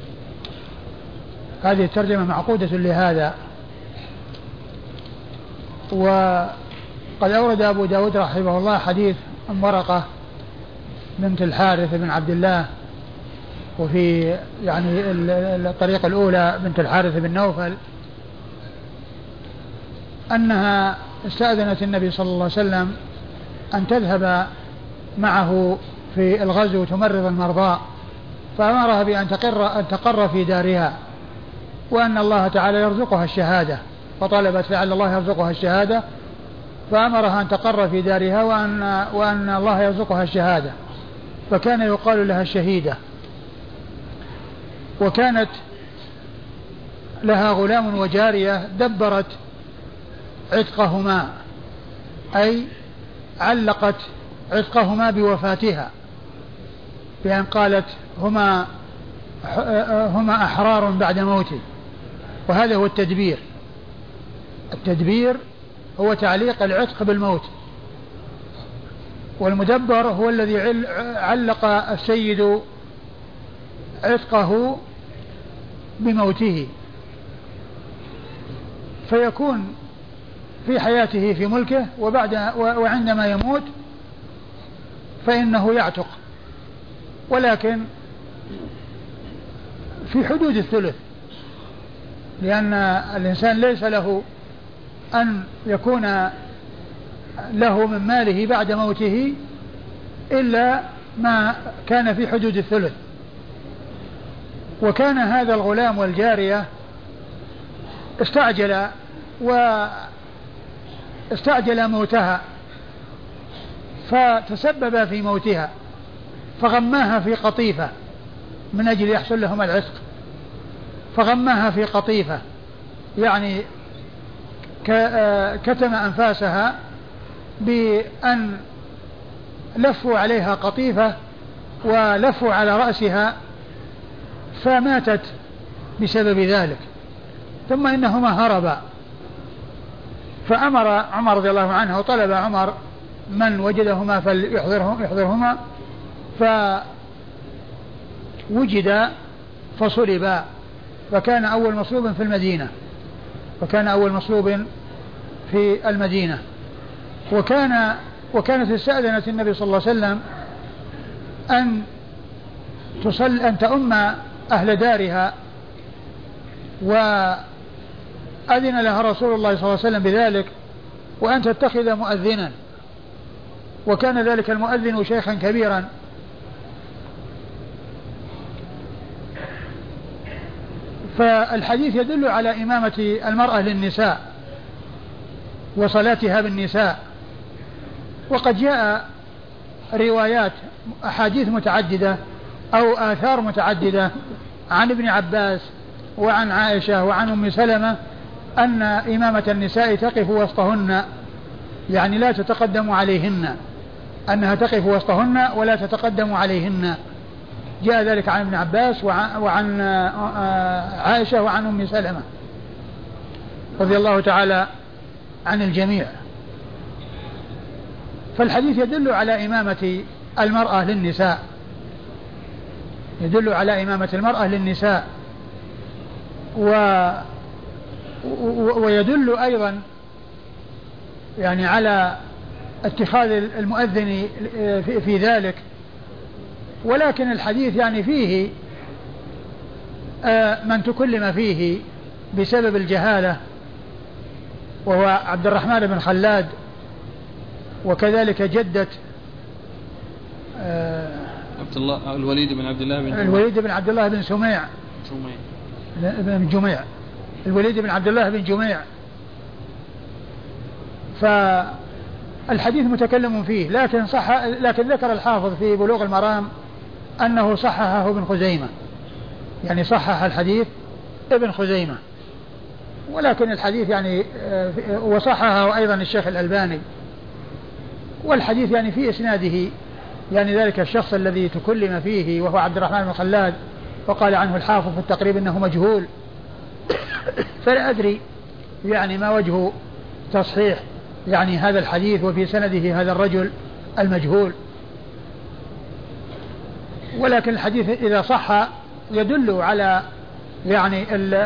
هذه الترجمة معقودة لهذا. وقد أورد أبو داود رحمه الله حديث أم ورقة بنت الحارث بن عبد الله، وفي يعني الطريقة الأولى بنت الحارث بن نوفل، أنها استأذنت النبي صلى الله عليه وسلم أن تذهب معه في الغزو تمرض المرضى، فأمرها بأن تقر في دارها، وأن الله تعالى يرزقها الشهادة، فطلبت لعل الله يرزقها الشهادة، فأمرها أن تقر في دارها وأن الله يرزقها الشهادة، فكان يقال لها الشهيدة. وكانت لها غلام وجارية دبرت عتقهما، أي علقت عتقهما بوفاتها، بأن قالت هما أحرار بعد موتي. وهذا هو التدبير. التدبير هو تعليق العتق بالموت، والمدبر هو الذي علق السيد عتقه بموته، فيكون في حياته في ملكه، وعندما يموت فإنه يعتق، ولكن في حدود الثلث، لأن الإنسان ليس له أن يكون له من ماله بعد موته إلا ما كان في حدود الثلث. وكان هذا الغلام والجارية استعجل موتها، فتسبب في موتها، فغماها في قطيفة من أجل يحصل لهم العتق، فغماها في قطيفة، يعني كتم أنفاسها بأن لفوا عليها قطيفة ولفوا على رأسها، فماتت بسبب ذلك. ثم إنهما هربا، فأمر عمر رضي الله عنه وطلب عمر من وجدهما فليحضرهما، فوجد فصلبا، فكان أول مصلوب في المدينة، وكانت استأذنت النبي صلى الله عليه وسلم أن تؤم أهل دارها، وأذن لها رسول الله صلى الله عليه وسلم بذلك، وأن تتخذ مؤذنا، وكان ذلك المؤذن شيخا كبيرا. فالحديث يدل على إمامة المرأة للنساء وصلاتها بالنساء. وقد جاء روايات أحاديث متعددة أو آثار متعددة عن ابن عباس وعن عائشة وعن أم سلمة أن إمامة النساء تقف وسطهن، يعني لا تتقدم عليهن، أنها تقف وسطهن ولا تتقدم عليهن. جاء ذلك عن ابن عباس وعن عائشة وعن أم سلمة رضي الله تعالى عن الجميع. فالحديث يدل على إمامة المرأة للنساء، ويدل أيضا يعني على اتخاذ المؤذن في ذلك. ولكن الحديث يعني فيه من تكلم فيه بسبب الجهالة، وهو عبد الرحمن بن خلاد، وكذلك جدة الوليد بن عبد الله بن سميع بن جميع الوليد بن عبد الله بن جميع. فالحديث متكلم فيه، لكن ذكر الحافظ في بلوغ المرام أنه صححه ابن خزيمة، يعني صحح الحديث ابن خزيمة، ولكن الحديث يعني وصححه أيضا الشيخ الألباني. والحديث يعني في إسناده يعني ذلك الشخص الذي تكلم فيه وهو عبد الرحمن بن خلاد، وقال عنه الحافظ في التقريب أنه مجهول. فلا أدري يعني ما وجه تصحيح يعني هذا الحديث وفي سنده هذا الرجل المجهول. ولكن الحديث إذا صح يدل على يعني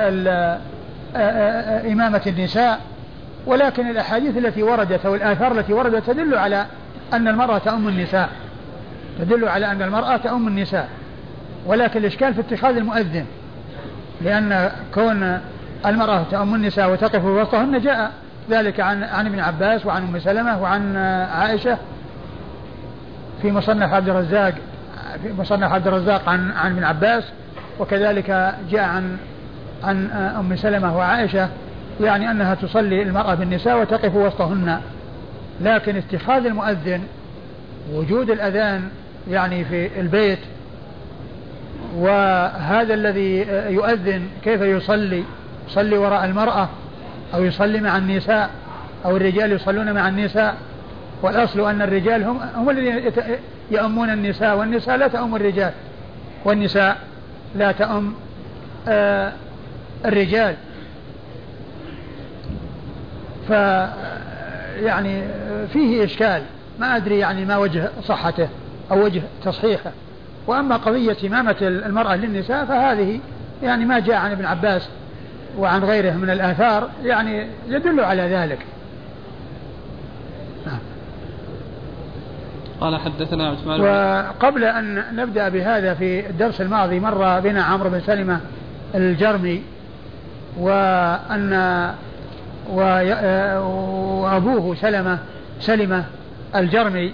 إمامة النساء، ولكن الأحاديث التي وردت أو الآثار التي وردت تدل على أن المرأة تؤم النساء، تدل على أن المرأة تؤم النساء. ولكن الإشكال في اتخاذ المؤذن، لأن كون المرأة تؤم النساء وتقف وسطهن جاء ذلك عن ابن عباس وعن أم سلمة وعن عائشة في مصنف عبد الرزاق عن ابن عباس، وكذلك جاء عن أم سلمة وعائشة يعني أنها تصلي المرأة بالنساء وتقف وسطهن. لكن اتخاذ المؤذن، وجود الأذان يعني في البيت، وهذا الذي يؤذن كيف يصلي وراء المرأة أو يصلي مع النساء، أو الرجال يصلون مع النساء، والأصل أن الرجال هم الذين يؤمون النساء، والنساء لا تؤم الرجال، والنساء لا تؤم الرجال. يعني فيه إشكال، ما أدري يعني ما وجه صحته أو وجه تصحيحه. وأما قضية إمامة المرأة للنساء فهذه يعني ما جاء عن ابن عباس وعن غيره من الآثار يعني يدل على ذلك. قال حدثنا عثمان. وقبل أن نبدأ بهذا، في الدرس الماضي مر بنا عمرو بن سلمة الجرمي، وأبوه سلمة الجرمي،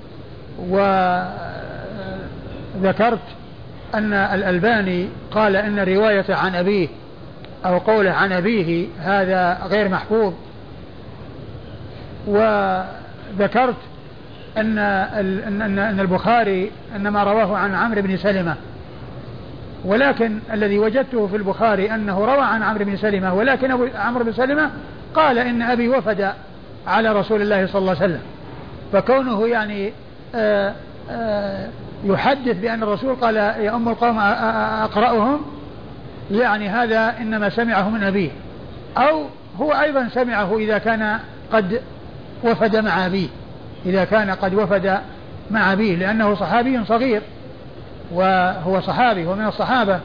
وذكرت أن الألباني قال إن رواية عن أبيه أو قوله عن أبيه هذا غير محفوظ. وذكرت أن البخاري إنما رواه عن عمرو بن سلمة، ولكن الذي وجدته في البخاري أنه روى عن عمرو بن سلمة، ولكن عمرو بن سلمة قال إن أبي وفد على رسول الله صلى الله عليه وسلم. فكونه يعني يحدث بأن الرسول قال يا أم القوم أقرأهم، يعني هذا إنما سمعه من أبيه، أو هو أيضا سمعه إذا كان قد وفد مع أبيه، إذا كان قد وفد مع أبيه، لأنه صحابي صغير وهو صحابي ومن الصحابة.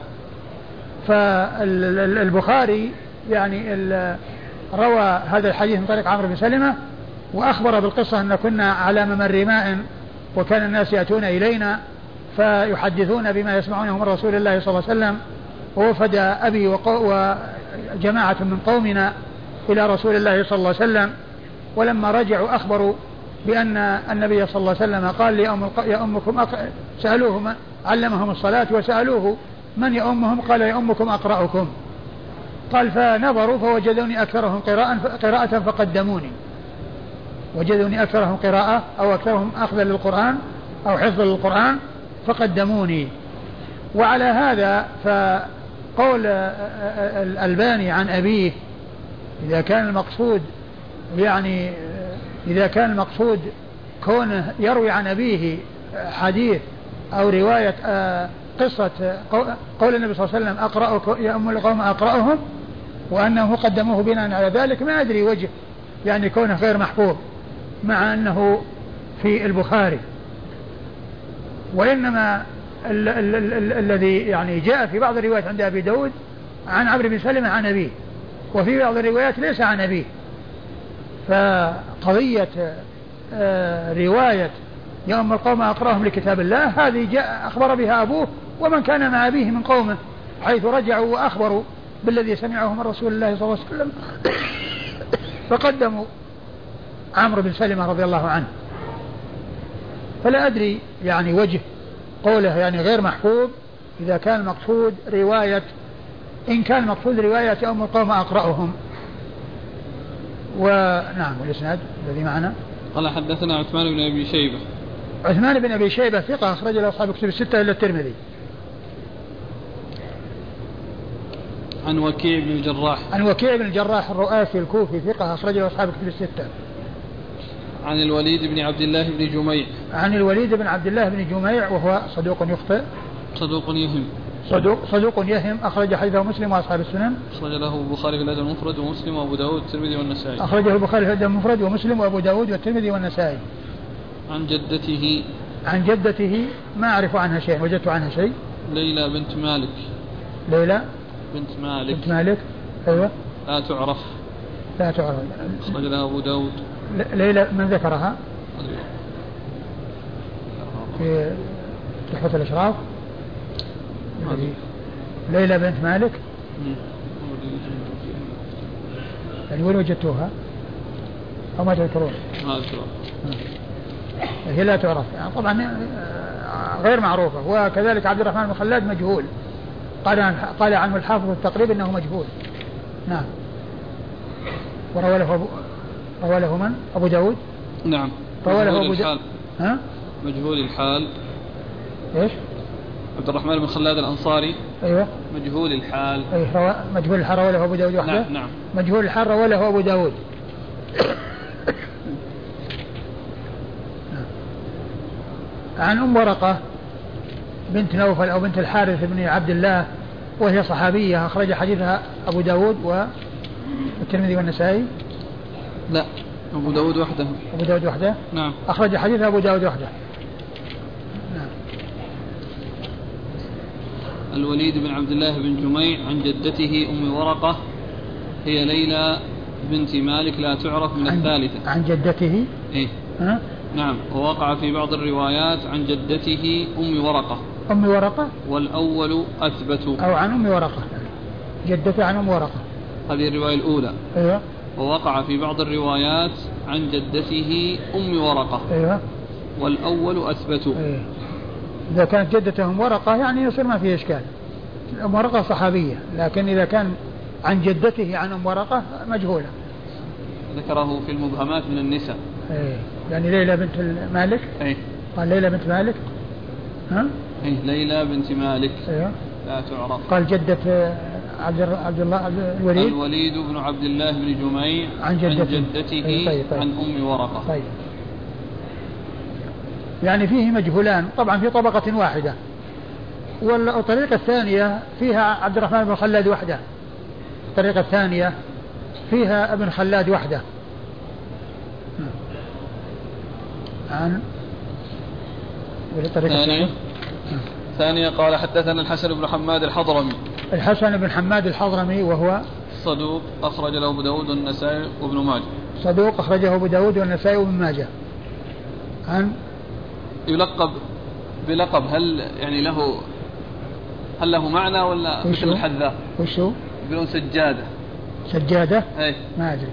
فالبخاري يعني روى هذا الحديث من طريق عمرو بن سلمة، وأخبر بالقصة أن كنا على ممر ماء وكان الناس يأتون إلينا فيحدثون بما يسمعونه من رسول الله صلى الله عليه وسلم، ووفد أبي وجماعة من قومنا إلى رسول الله صلى الله عليه وسلم. ولما رجعوا أخبروا بأن النبي صلى الله عليه وسلم قال يا أمكم سألوه من علمهم الصلاة، وسألوه من يأمهم قال يا أمكم أقرأكم. قال فنظروا فوجدوني أكثرهم قراءة فقدموني، وجدوني أكثرهم قراءة أو أكثرهم أخذا للقرآن أو حفظا للقرآن فقدموني. وعلى هذا فقول الألباني عن أبيه إذا كان المقصود كونه يروي عن أبيه حديث أو رواية قصة قول النبي صلى الله عليه وسلم يا أم القوم أقرأهم، وأنه قدموه بناء على ذلك، ما أدري وجه يعني كونه غير محفوظ مع أنه في البخاري. وإنما الذي يعني جاء في بعض الروايات عند أبي داود عن عمرو بن سلمة عن أبيه، وفي بعض الروايات ليس عن أبيه. فقضية رواية يا أم القوم أقرأهم لكتاب الله هذه جاء أخبر بها أبوه ومن كان مع أبيه من قومه، حيث رجعوا وأخبروا بالذي سمعه من رسول الله صلى الله عليه وسلم فقدموا عمرو بن سلمة رضي الله عنه. فلا أدري يعني وجه قوله يعني غير محفوظ إذا كان المقصود رواية إن كان مقصود رواية أم القوم أقرأهم. ونعم والإسناد الذي معنا. قال حدثنا عثمان بن أبي شيبة. عثمان بن أبي شيبة ثقة أخرج له أصحاب كتب الستة إلا الترمذي. عن وكيع بن الجراح. عن وكيع بن الجراح الرؤاسي الكوفي ثقة أخرج له أصحاب كتب الستة. عن الوليد بن عبد الله بن جميع. عن الوليد بن عبد الله بن جميع وهو صدوق يخطئ. صدوق يهم أخرج حديثه مسلم وأصحاب السنن. أخرج له البخاري في الأدب المفرد ومسلم وأبو داود والترمذي والنسائي. أخرجه البخاري في الأدب المفرد ومسلم وأبو داود والترمذي والنسائي. عن جدته. عن جدته ما أعرف عنها شيء. وجدت عنها شيء. ليلى بنت مالك. ليلى بنت مالك. أيوة. لا تعرف. أخرج لها أبو داود. ليلى من ذكرها؟ في تحفة الأشراف. ليلى بنت مالك. يعني وين وجدتوها؟ أو ما تذكرون؟ هي لا تعرف يعني طبعا غير معروفة. وكذلك عبد الرحمن بن خلاد مجهول. قال عنه الحافظ التقريب انه مجهول. نعم. وروى له من؟ ابو داود. نعم. روى له ابو داود. ها؟ مجهول الحال. ايش؟ عبد الرحمن بن خلاد الانصاري. ايوه. مجهول الحال. ايوه مجهول الحال روى له ابو داود وحده. نعم. مجهول الحال روى له ابو داود. عن ام ورقة بنت نوفل أو بنت الحارث بن عبد الله وهي صحابية أخرج حديثها أبو داود والترمذي والنسائي. لا أبو داود وحده. نعم. أخرج حديثها أبو داود وحده. نعم. الوليد بن عبد الله بن جميع عن جدته أم ورقة هي ليلى بنت مالك لا تعرف من الثالثة. عن جدته. إيه. ها؟ نعم. ووقع في بعض الروايات عن جدته أم ورقة. والأول أثبت. أو عن أم ورقة. جدته عن أم ورقة. هذه الرواية الأولى. أيوة. ووقع في بعض الروايات عن جدته أم ورقة. أيوة. والأول أثبت. أيوة. إذا كانت جدته أم ورقة يعني يصير ما فيه إشكال. أم ورقة صحابية. لكن إذا كان عن جدته عن أم ورقة مجهولة. ذكره في المبهمات من النساء. أيه. يعني ليلى بنت مالك. أيه. قال ليلى بنت مالك. ها؟ أيه ليلى بنت مالك. أيوه. لا تعرف. قال جدة عبد الله الوليد بن عبد الله بن جميع عن جدته طيب. عن أم ورقة. طيب. يعني فيه مجهولان طبعا في طبقة واحدة. والطريقة الثانية فيها عبد الرحمن بن خلاد وحده. الطريقة الثانية فيها ابن خلاد وحده. عن ثانية قال حدثنا الحسن بن حماد الحضرمي. الحسن بن حماد الحضرمي وهو صدوق أخرج له أبو داود والنسائي وابن ماجه. صدوق أخرجه أبو داود والنسائي وابن ماجه. عن يلقب بلقب هل له معنى ولا مثل الحذاء؟ وشو؟ يقولون سجادة؟ أي. ما أدري.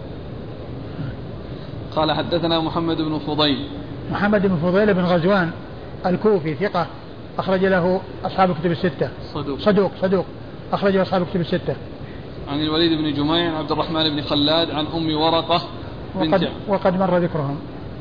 قال حدثنا محمد بن فضيل بن غزوان الكوفي ثقة أخرج له أصحاب كتب الستة. صدوق أخرج له أصحاب كتب الستة. عن الوليد بن جميع عبد الرحمن بن خلاد عن أم ورقة وقد مر ذكرهم.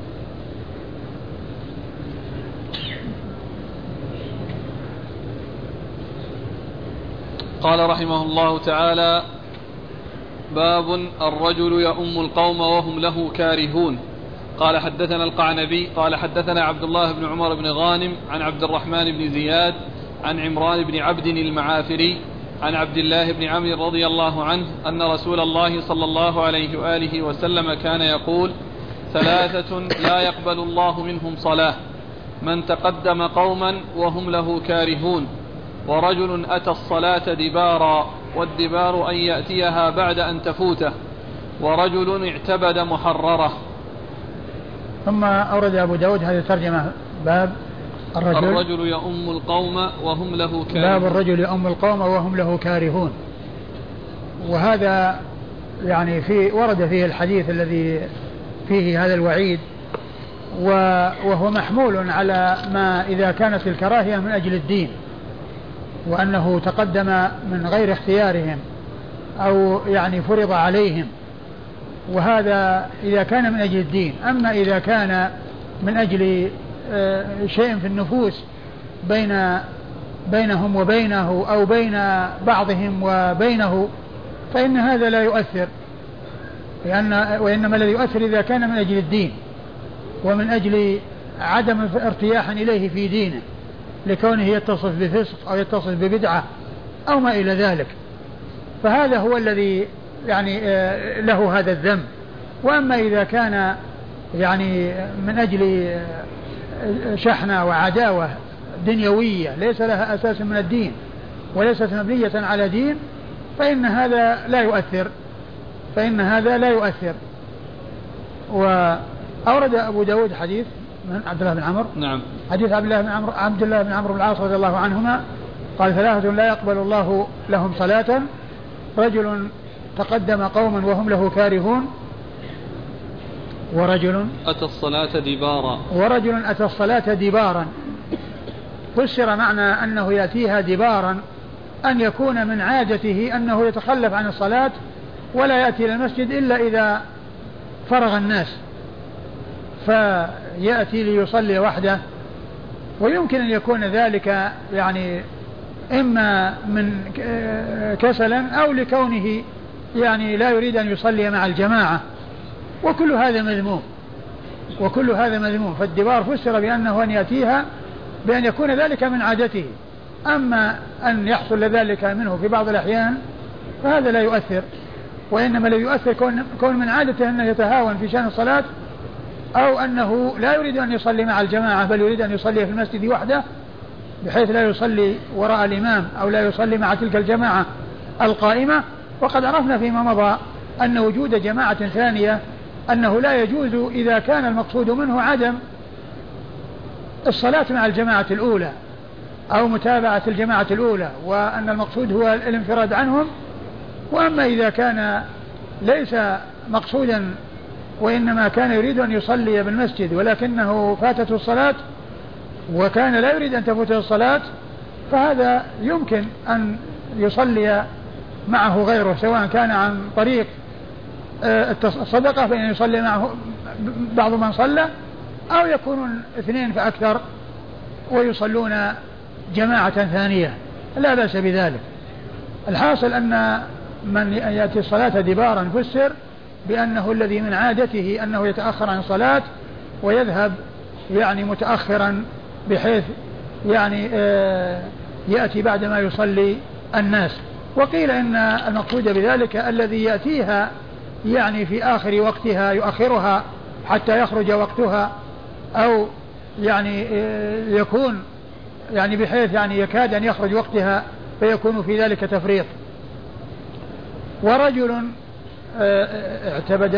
قال رحمه الله تعالى: باب الرجل يؤم القوم وهم له كارهون. قال حدثنا القعنبي قال حدثنا عبد الله بن عمر بن غانم عن عبد الرحمن بن زياد عن عمران بن عبد المعافري عن عبد الله بن عمرو رضي الله عنه أن رسول الله صلى الله عليه وآله وسلم كان يقول: ثلاثة لا يقبل الله منهم صلاة: من تقدم قوما وهم له كارهون، ورجل أتى الصلاة دبارا، والدبار أن يأتيها بعد أن تفوته، ورجل اعتبد محررة. ثم أورد أبو داود هذه الترجمة: باب الرجل يؤم القوم وهم له كارهون. باب الرجل يؤم القوم وهم له كارهون. وهذا يعني ورد فيه الحديث الذي فيه هذا الوعيد، وهو محمول على ما إذا كانت الكراهية من أجل الدين، وأنه تقدم من غير اختيارهم أو يعني فرض عليهم، وهذا إذا كان من أجل الدين. أما إذا كان من أجل شيء في النفوس بينهم وبينه أو بين بعضهم وبينه فإن هذا لا يؤثر، وإنما الذي يؤثر إذا كان من أجل الدين ومن أجل عدم ارتياح إليه في دينه لكونه يتصف بفسق أو يتصف ببدعة أو ما إلى ذلك، فهذا هو الذي يعني له هذا الذنب. وأما إذا كان يعني من أجل شحنة وعداوة دنيوية ليس لها أساس من الدين وليست مبنية على دين فإن هذا لا يؤثر. وأورد أبو داود حديث من عبد الله بن عمرو، نعم، حديث عبد الله بن عمرو بن العاص رضي الله عنهما قال: 3 لا يقبل الله لهم صلاة: رجل تقدم قوما وهم له كارهون، ورجل أتى الصلاة دبارا. فسر معنى أنه يأتيها دبارا أن يكون من عادته أنه يتخلف عن الصلاة ولا يأتي إلى المسجد إلا إذا فرغ الناس، فيأتي ليصلي وحده. ويمكن أن يكون ذلك يعني إما من كسلا أو لكونه يعني لا يريد أن يصلي مع الجماعة، وكل هذا مذموم. فالدبار فسر بأنه أن يأتيها بأن يكون ذلك من عادته. أما أن يحصل ذلك منه في بعض الأحيان فهذا لا يؤثر، وإنما الذي يؤثر كون من عادته أنه يتهاون في شأن الصلاة، أو أنه لا يريد أن يصلي مع الجماعة بل يريد أن يصلي في المسجد وحده بحيث لا يصلي وراء الإمام أو لا يصلي مع تلك الجماعة القائمة. وقد عرفنا فيما مضى أن وجود جماعة ثانية أنه لا يجوز إذا كان المقصود منه عدم الصلاة مع الجماعة الأولى أو متابعة الجماعة الأولى، وأن المقصود هو الانفراد عنهم. وأما إذا كان ليس مقصودا وإنما كان يريد أن يصلي بالمسجد ولكنه فاتته الصلاة وكان لا يريد أن تفوته الصلاة، فهذا يمكن أن يصلي معه غيره، سواء كان عن طريق الصدقة فإن يصلي معه بعض من صلى، أو يكونون 2 فأكثر ويصلون جماعة ثانية، لا بأس بذلك. الحاصل أن من يأتي الصلاة دبارا فسر بأنه الذي من عادته أنه يتأخر عن الصلاة ويذهب يعني متأخرا بحيث يعني يأتي بعدما يصلي الناس. وقيل إن المقصود بذلك الذي يأتيها يعني في آخر وقتها يؤخرها حتى يخرج وقتها، أو يعني يكون يعني بحيث يعني يكاد أن يخرج وقتها فيكون في ذلك تفريط. ورجل اعتبد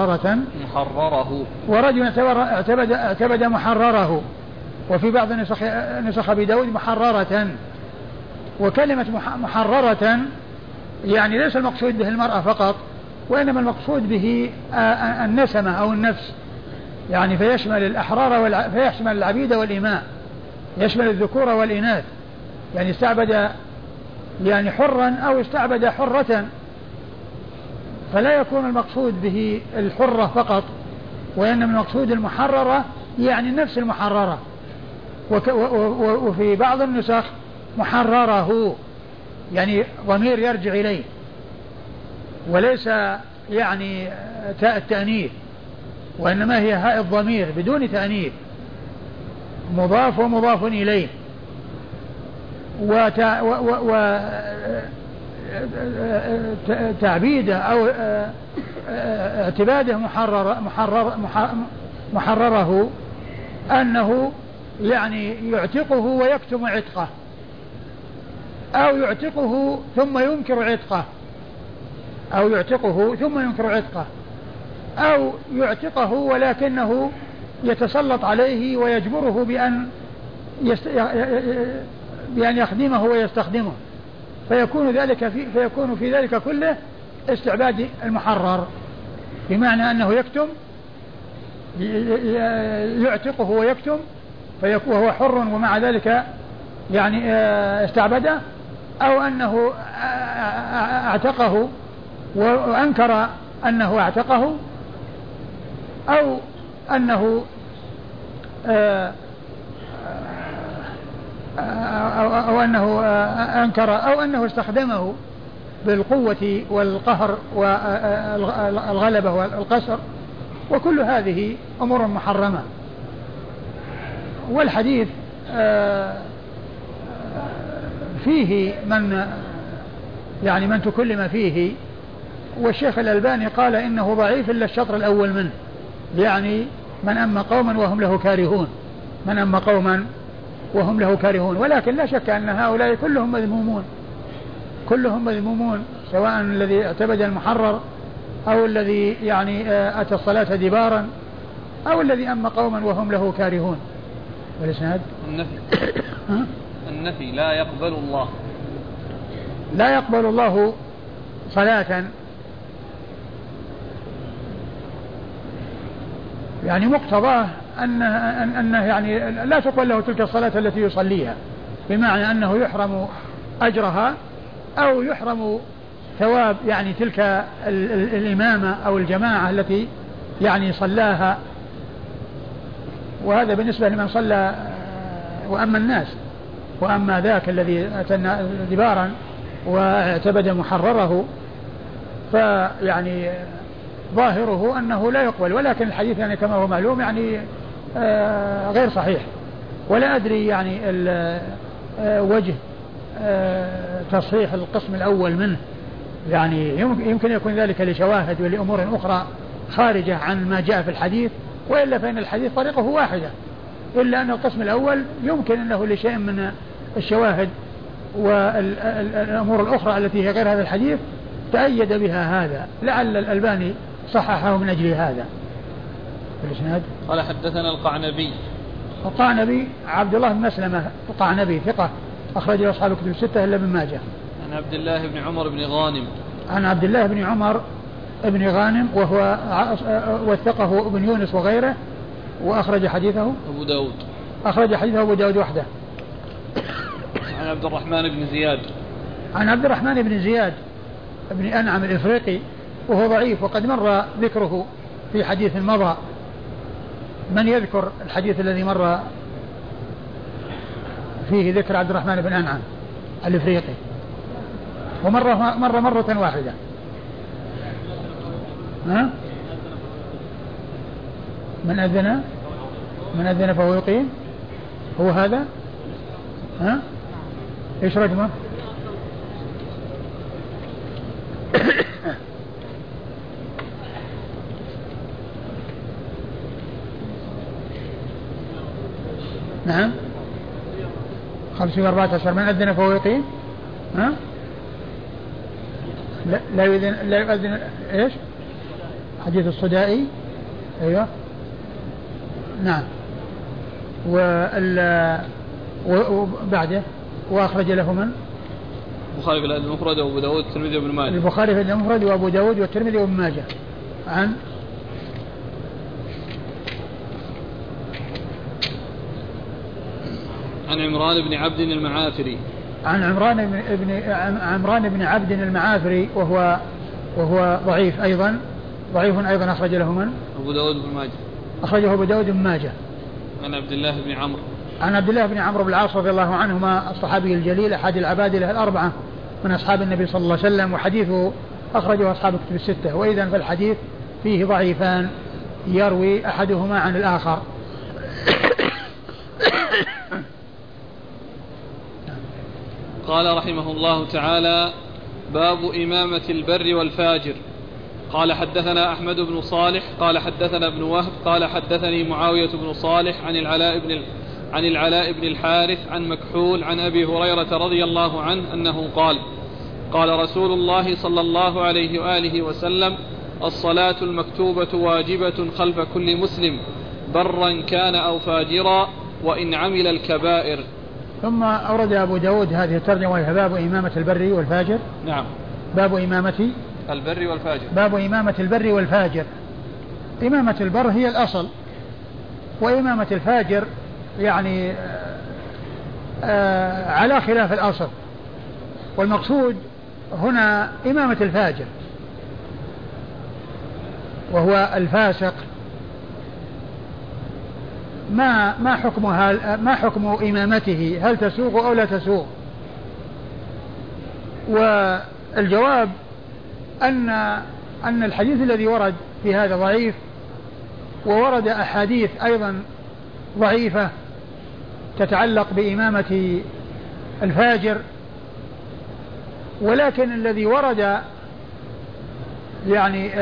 اعتبد محرره، وفي بعض نسخ أبي داود محررة. وكلمة محررة يعني ليس المقصود به المرأة فقط، وإنما المقصود به النسمة أو النفس، يعني فيشمل الأحرار فيشمل العبيد والإماء، يشمل الذكور والإناث، يعني استعبد يعني حرا أو استعبد حرة، فلا يكون المقصود به الحرة فقط، وإنما المقصود المحررة يعني النفس المحررة. وفي بعض النسخ محرره، يعني ضمير يرجع إليه وليس يعني تاء التأنيث، وإنما هي هاء الضمير بدون تأنيث، مضاف ومضاف إليه. تعبيده أو اعتباده محرره أنه يعني يعتقه ويكتم عتقه، أو يعتقه ثم ينكر عتقه، أو يعتقه ولكنه يتسلط عليه ويجبره بأن يخدمه ويستخدمه، فيكون في ذلك كله استعباد المحرر، بمعنى أنه يعتقه ويكتم وهو حر ومع ذلك يعني استعبده، أو أنه اعتقه وأنكر أنه اعتقه، أو أنه أو أنه أنكر، أو أنه استخدمه بالقوة والقهر والغلبة والقسر، وكل هذه أمور محرمة. والحديث فيه من تكلم فيه، والشيخ الألباني قال إنه ضعيف إلا الشطر الأول منه، يعني من أما قوما وهم له كارهون، من أما قوما وهم له كارهون. ولكن لا شك أن هؤلاء كلهم مذمومون، سواء الذي اعتبد المحرر أو الذي أتى الصلاة دبارا أو الذي أما قوما وهم له كارهون. والإسناد النفي لا يقبل الله صلاة، يعني مقتضاه أنه لا تقبل له تلك الصلاة التي يصليها، بمعنى أنه يحرم أجرها أو يحرم ثواب تلك الإمامة أو الجماعة التي صلاها. وهذا بالنسبة لمن صلى وأما الناس. وأما ذاك الذي أتى دبارا واعتبد محرره ظاهره أنه لا يقبل. ولكن الحديث كما هو معلوم غير صحيح، ولا أدري وجه تصحيح القسم الأول منه، يمكن يكون ذلك لشواهد ولأمور أخرى خارجة عن ما جاء في الحديث، وإلا فإن الحديث طريقه واحدة، إلا أن القسم الأول يمكن أنه لشيء من الشواهد والأمور الأخرى التي هي غير هذا الحديث تأيد بها هذا، لعل الألباني صححه من أجل هذا. الإسناد قال حدثنا القعنبي عبد الله بن مسلمة القعنبي ثقة، أخرج له أصحاب الكتب الستة إلا ابن ماجه. عن عبد الله بن عمر بن غانم. عن عبد الله بن عمر بن غانم وهو وثقه ابن يونس وغيره، وأخرج حديثه أبو داود. أخرج حديثه أبو داود وحده. عن عبد الرحمن بن زياد. عن عبد الرحمن بن زياد بن أنعم الإفريقي، وهو ضعيف، وقد مر ذكره في حديث مضى. من يذكر الحديث الذي مر فيه ذكر عبد الرحمن بن أنعم الإفريقي؟ ومر مرة واحدة. ها؟ من أذن فهو يقيم، هو هذا؟ ها؟ إيش رقمه؟ نعم 514. من أذن فهو يقيم. ها؟ لا يؤذن إيش؟ حديث الصدائي. أيوه نعم. وبعده وأخرج له من؟ البخاري في الأدب المفرد وأبو داود والترمذي وابن ماجه. البخاري في الأدب المفرد وأبو داود والترمذي وابن ماجه. عن عمران بن عبد المعافري. عن عمران بن عبد المعافري وهو ضعيف أيضا أخرج له من؟ أبو داود بن ماجه. أخرجه أبو داود بن ماجه. عن عبد الله بن عمرو. عن عبد الله بن عمرو بن العاص رضي الله عنهما الصحابي الجليل أحد العبادلة الأربعة من أصحاب النبي صلى الله عليه وسلم، وحديثه أخرجه أصحاب الكتب الستة. وإذا فالحديث فيه ضعيفان يروي أحدهما عن الآخر. قال رحمه الله تعالى: باب إمامة البر والفاجر. قال حدثنا أحمد بن صالح قال حدثنا ابن وهب قال حدثني معاوية بن صالح عن العلاء بن الحارث عن مكحول عن أبي هريرة رضي الله عنه أنه قال: قال رسول الله صلى الله عليه وآله وسلم: الصلاة المكتوبة واجبة خلف كل مسلم برا كان أو فاجرا وإن عمل الكبائر. ثم أورد أبو داود هذه الترجمة وهي باب إمامة البر والفاجر. نعم. باب إمامة البر والفاجر. باب إمامة البر والفاجر. إمامة البر هي الأصل، وإمامة الفاجر يعني على خلاف الأصل، والمقصود هنا إمامة الفاجر وهو الفاسق، ما حكم إمامته، هل تسوغ أو لا تسوغ؟ والجواب أن الحديث الذي ورد في هذا ضعيف، وورد أحاديث أيضا ضعيفة تتعلق بإمامة الفاجر، ولكن الذي ورد يعني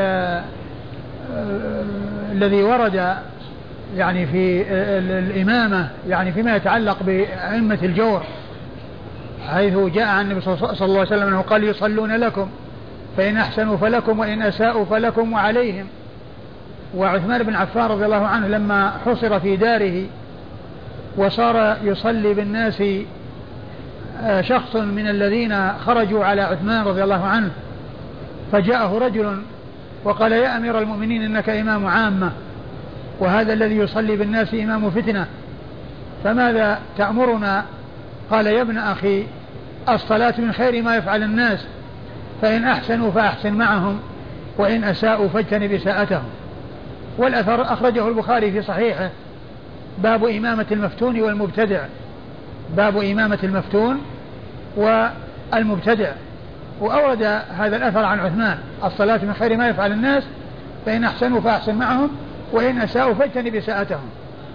الذي ورد يعني في الإمامة يعني فيما يتعلق بأئمة الجور، حيث جاء عن النبي صلى الله عليه وسلم أنه قال يصلون لكم فإن أحسنوا فلكم وإن أساءوا فلكم وعليهم. وعثمان بن عفان رضي الله عنه لما حصر في داره وصار يصلي بالناس شخص من الذين خرجوا على عثمان رضي الله عنه، فجاءه رجل وقال يا أمير المؤمنين إنك إمام عامة، وهذا الذي يصلي بالناس إمام فتنة، فماذا تأمرنا؟ قال يا ابن أخي الصلاة من خير ما يفعل الناس، فإن أحسنوا فأحسن معهم وإن أساءوا فاجتنب إساءتهم. والأثر أخرجه البخاري في صحيحه، باب إمامة المفتون والمبتدع، باب إمامة المفتون والمبتدع. وأورد هذا الأثر عن عثمان الصلاة من خير ما يفعل الناس، فإن أحسنوا فأحسن معهم وإن أساءوا فاجتنب إساءتهم.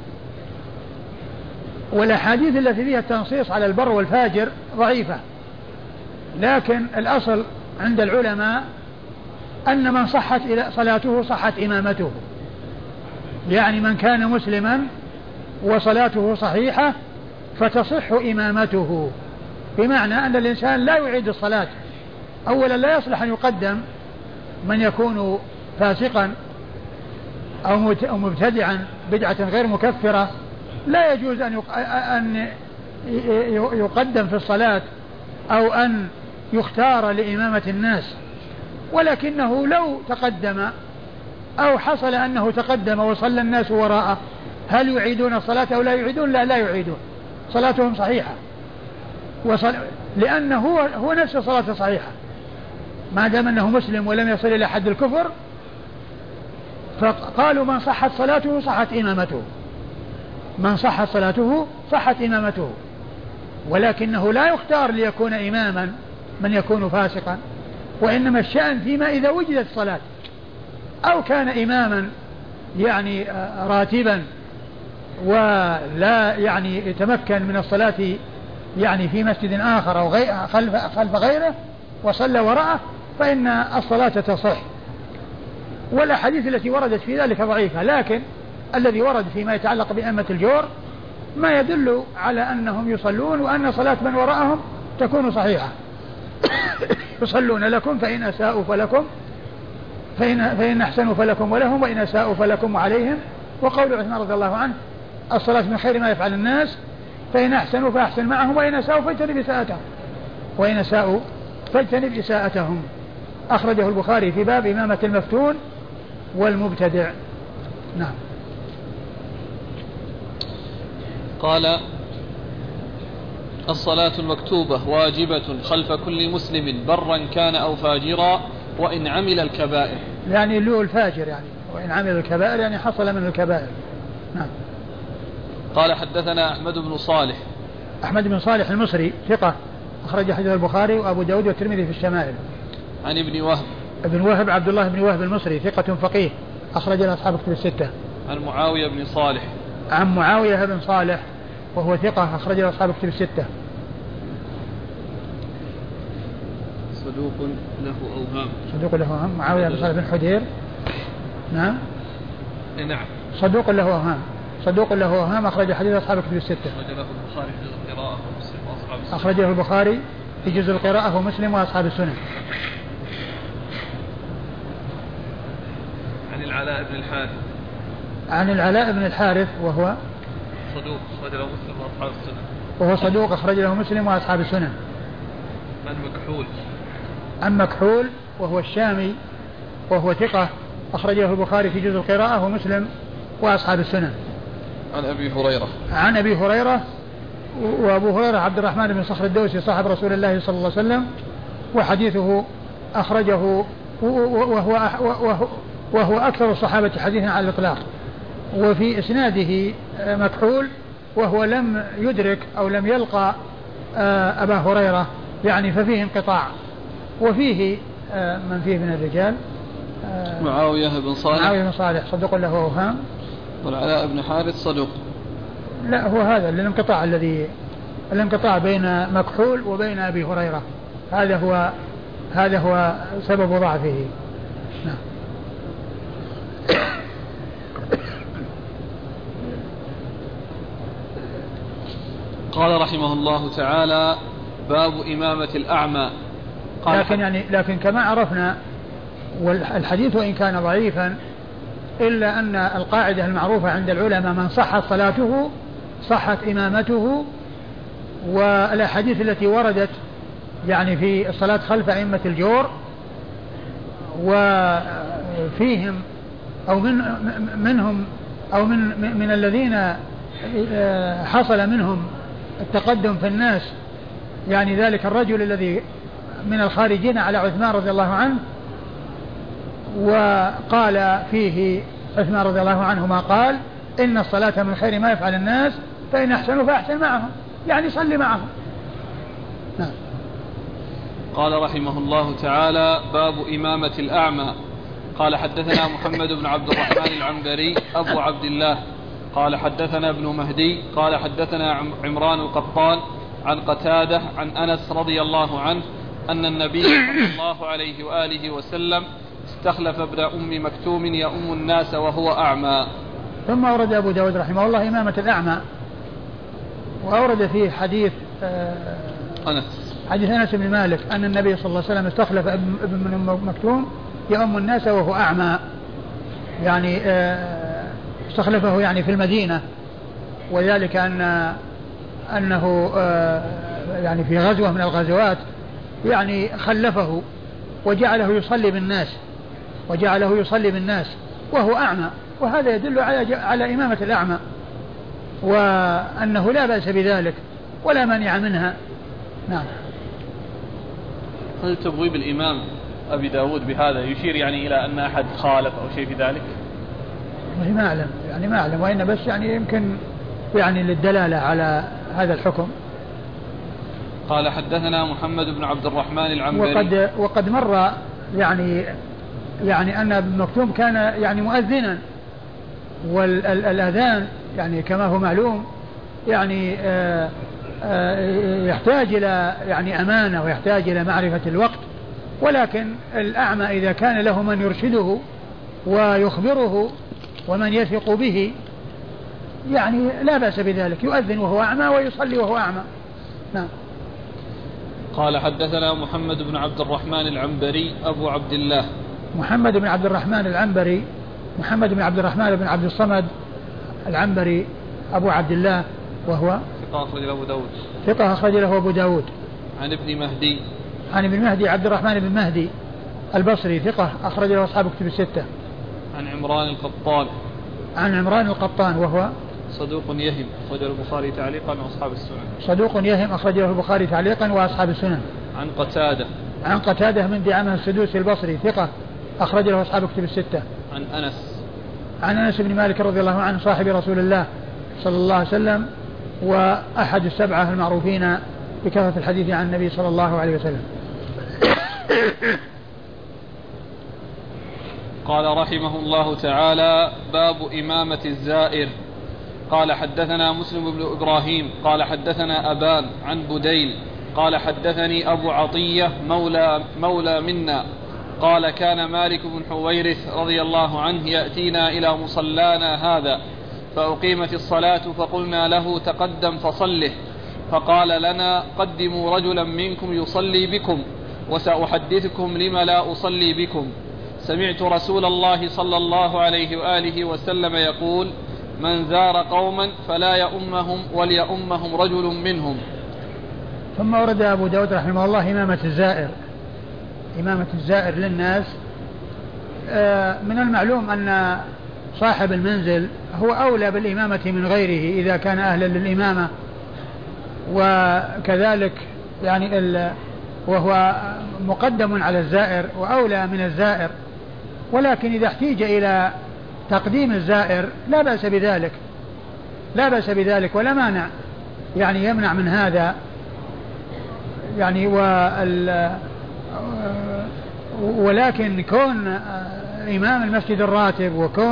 والأحاديث التي فيها التنصيص على البر والفاجر ضعيفة، لكن الأصل عند العلماء أن من صحت صلاته صحت إمامته، يعني من كان مسلما وصلاته صحيحة فتصح إمامته، بمعنى أن الإنسان لا يعيد الصلاة. أولا لا يصلح أن يقدم من يكون فاسقا أو مبتدعا بدعة غير مكفرة، لا يجوز أن يقدم في الصلاة أو أن يختار لإمامة الناس. ولكنه لو تقدم أو حصل أنه تقدم وصلى الناس وراءه، هل يعيدون الصلاة أو لا يعيدون؟ لا يعيدون، صلاتهم صحيحة، لأنه هو نفس صلاة صحيحة ما دام أنه مسلم ولم يصل إلى حد الكفر. فقالوا من صحت صلاته صحت إمامته، من صحت صلاته صحت إمامته، ولكنه لا يختار ليكون إماما من يكون فاسقا، وإنما الشأن فيما إذا وجدت صلاة أو كان إماما يعني راتبا ولا يعني يتمكن من الصلاة يعني في مسجد آخر أو خلف غيره وصلى وراءه، فإن الصلاة تصح. والأحاديث التي وردت في ذلك ضعيفة، لكن الذي ورد فيما يتعلق بأئمة الجور ما يدل على أنهم يصلون وأن صلاة من وراءهم تكون صحيحة. يصلون لكم فإن أساءوا فلكم فإن أحسنوا فلكم ولهم وإن أساءوا فلكم وعليهم. وقول عثمان رضي الله عنه الصلاة من خير ما يفعل الناس، فإن أحسنوا فأحسن معهم وإن أساءوا فاجتنب إساءتهم، وإن أساءوا فاجتنب إساءتهم. أخرجه البخاري في باب إمامة المفتون والمبتدع. نعم. قال الصلاة المكتوبة واجبة خلف كل مسلم برا كان أو فاجرا وإن عمل الكبائر، يعني له الفاجر يعني، وإن عمل الكبائر يعني حصل من الكبائر. نعم. قال حدثنا أحمد بن صالح، أحمد بن صالح المصري ثقة، أخرج حديث البخاري وأبو داود والترمذي في الشمائل. عن ابن وهب، ابن وهب عبد الله بن وهب المصري ثقة فقيه، أخرج له أصحاب كتب الستة. عن معاوية بن صالح، عن معاوية بن صالح وهو ثقة، أخرج له أصحاب كتب الستة. صدوق له أوهام، صدوق له أوهام. معاوية بن صالح بن حدير. نعم. نعم. صدوق له أوهام، صدوق له أوهام، أخرج حديث أصحاب كتب الستة. أخرجه البخاري في جزء القراءة ومسلم وأصحاب السنن. عن العلاء بن الحارث، عن العلاء بن الحارث وهو صدوق أخرج له مسلم وأصحاب السنن، وهو صدوق أخرج له مسلم وأصحاب السنن. عن مكحول، عن مكحول وهو الشامي وهو ثقة، أخرجه البخاري في جزء القراءة ومسلم وأصحاب السنن. عن أبي هريرة، عن أبي هريرة وأبو هريرة عبد الرحمن بن صخر الدوسي صاحب رسول الله صلى الله عليه وسلم، وحديثه أخرجه وهو أكثر الصحابة حديثا على الإطلاق. وفي إسناده مكحول، وهو لم يدرك أو لم يلقى أبا هريرة، يعني ففيه انقطاع. وفيه من فيه من الرجال معاوية بن صالح صدوق له أوهام، والعلاء بن حارث صدوق. لا، هو هذا الانقطاع بين مكحول وبين أبي هريرة، هذا هو سبب ضعفه. نعم. قال رحمه الله تعالى: باب إمامة الأعمى. لكن كما عرفنا، والحديث وإن كان ضعيفا إلا أن القاعدة المعروفة عند العلماء: من صحت صلاته صحت إمامته. والأحاديث التي وردت يعني في الصلاة خلف أئمة الجور وفيهم أو منهم أو من الذين حصل منهم التقدم في الناس، يعني ذلك الرجل الذي من الخارجين على عثمان رضي الله عنه، وقال فيه عثمان رضي الله عنه ما قال: إن الصلاة من خير ما يفعل الناس، فإن أحسنوا فأحسن معهم، يعني صلي معهم. نعم. قال رحمه الله تعالى: باب إمامة الأعمى. قال حدثنا محمد بن عبد الرحمن العنبري أبو عبد الله قال حدثنا ابن مهدي قال حدثنا عمران القطان عن قتادة عن أنس رضي الله عنه أن النبي صلى الله عليه وآله وسلم استخلف ابن أم مكتوم يؤم الناس وهو أعمى. ثم أورد أبو داود رحمه الله إمامة الأعمى، وأورد فيه حديث أنس بن مالك أن النبي صلى الله عليه وسلم استخلف ابن أم مكتوم يؤم الناس وهو أعمى، يعني استخلفه يعني في المدينة، وذلك أنه يعني في غزوة من الغزوات يعني خلفه وجعله يصلي بالناس وهو أعمى، وهذا يدل على إمامة الأعمى، وأنه لا بأس بذلك ولا مانع منها. نعم. هل تبويب الإمام أبي داود بهذا يشير يعني إلى أن أحد خالف أو شيء في ذلك؟ ما أعلم وإن بس يعني يمكن يعني للدلالة على هذا الحكم. قال حدثنا محمد بن عبد الرحمن العنبري وقد مر يعني أن ابن مكتوم كان يعني مؤذنا، والأذان يعني كما هو معلوم يعني يحتاج إلى يعني أمانة ويحتاج إلى معرفة الوقت، ولكن الأعمى إذا كان له من يرشده ويخبره ومن يثق به يعني لا بأس بذلك، يؤذن وهو أعمى ويصلي وهو أعمى. نعم. قال حدثنا محمد بن عبد الرحمن العنبري أبو عبد الله. محمد بن عبد الرحمن العنبري محمد بن عبد الرحمن بن عبد الصمد العنبري أبو عبد الله، وهو ثقة أخرج له أبو داود. عن ابن مهدي عبد الرحمن بن مهدي البصري ثقة أخرج له أصحاب كتب الستة. عن عمران القطان وهو صدوق يهم أخرجه البخاري تعليقا وأصحاب السنن. وأصحاب السنن. عن قتادة من دعامة السدوسي البصري ثقة أخرج له أصحاب كتب الستة. عن أنس بن مالك رضي الله عنه صاحب رسول الله صلى الله عليه وسلم، وأحد السبعة المعروفين بكثرة الحديث عن النبي صلى الله عليه وسلم. قال رحمه الله تعالى: باب إمامة الزائر. قال حدثنا مسلم بن إبراهيم قال حدثنا أبان عن بديل قال حدثني أبو عطية مولى منا قال: كان مالك بن حويرث رضي الله عنه يأتينا إلى مصلانا هذا، فأقيمت الصلاة فقلنا له: تقدم فصله، فقال لنا: قدموا رجلا منكم يصلي بكم وسأحدثكم لما لا أصلي بكم. سمعت رسول الله صلى الله عليه وآله وسلم يقول: من زار قوما فلا يؤمهم وليؤمهم رجل منهم. ثم ورد أبو داود رحمه الله إمامة الزائر للناس. من المعلوم أن صاحب المنزل هو أولى بالإمامة من غيره إذا كان أهلا للإمامة، وكذلك يعني وهو مقدم على الزائر وأولى من الزائر، ولكن إذا احتيج إلى تقديم الزائر لا بأس بذلك، لا بأس بذلك ولا مانع يعني يمنع من هذا يعني. ولكن كون إمام المسجد الراتب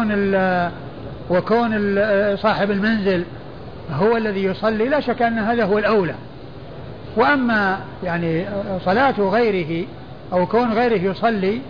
وكون صاحب المنزل هو الذي يصلي لا شك أن هذا هو الأولى. وأما يعني صلاة غيره أو كون غيره يصلي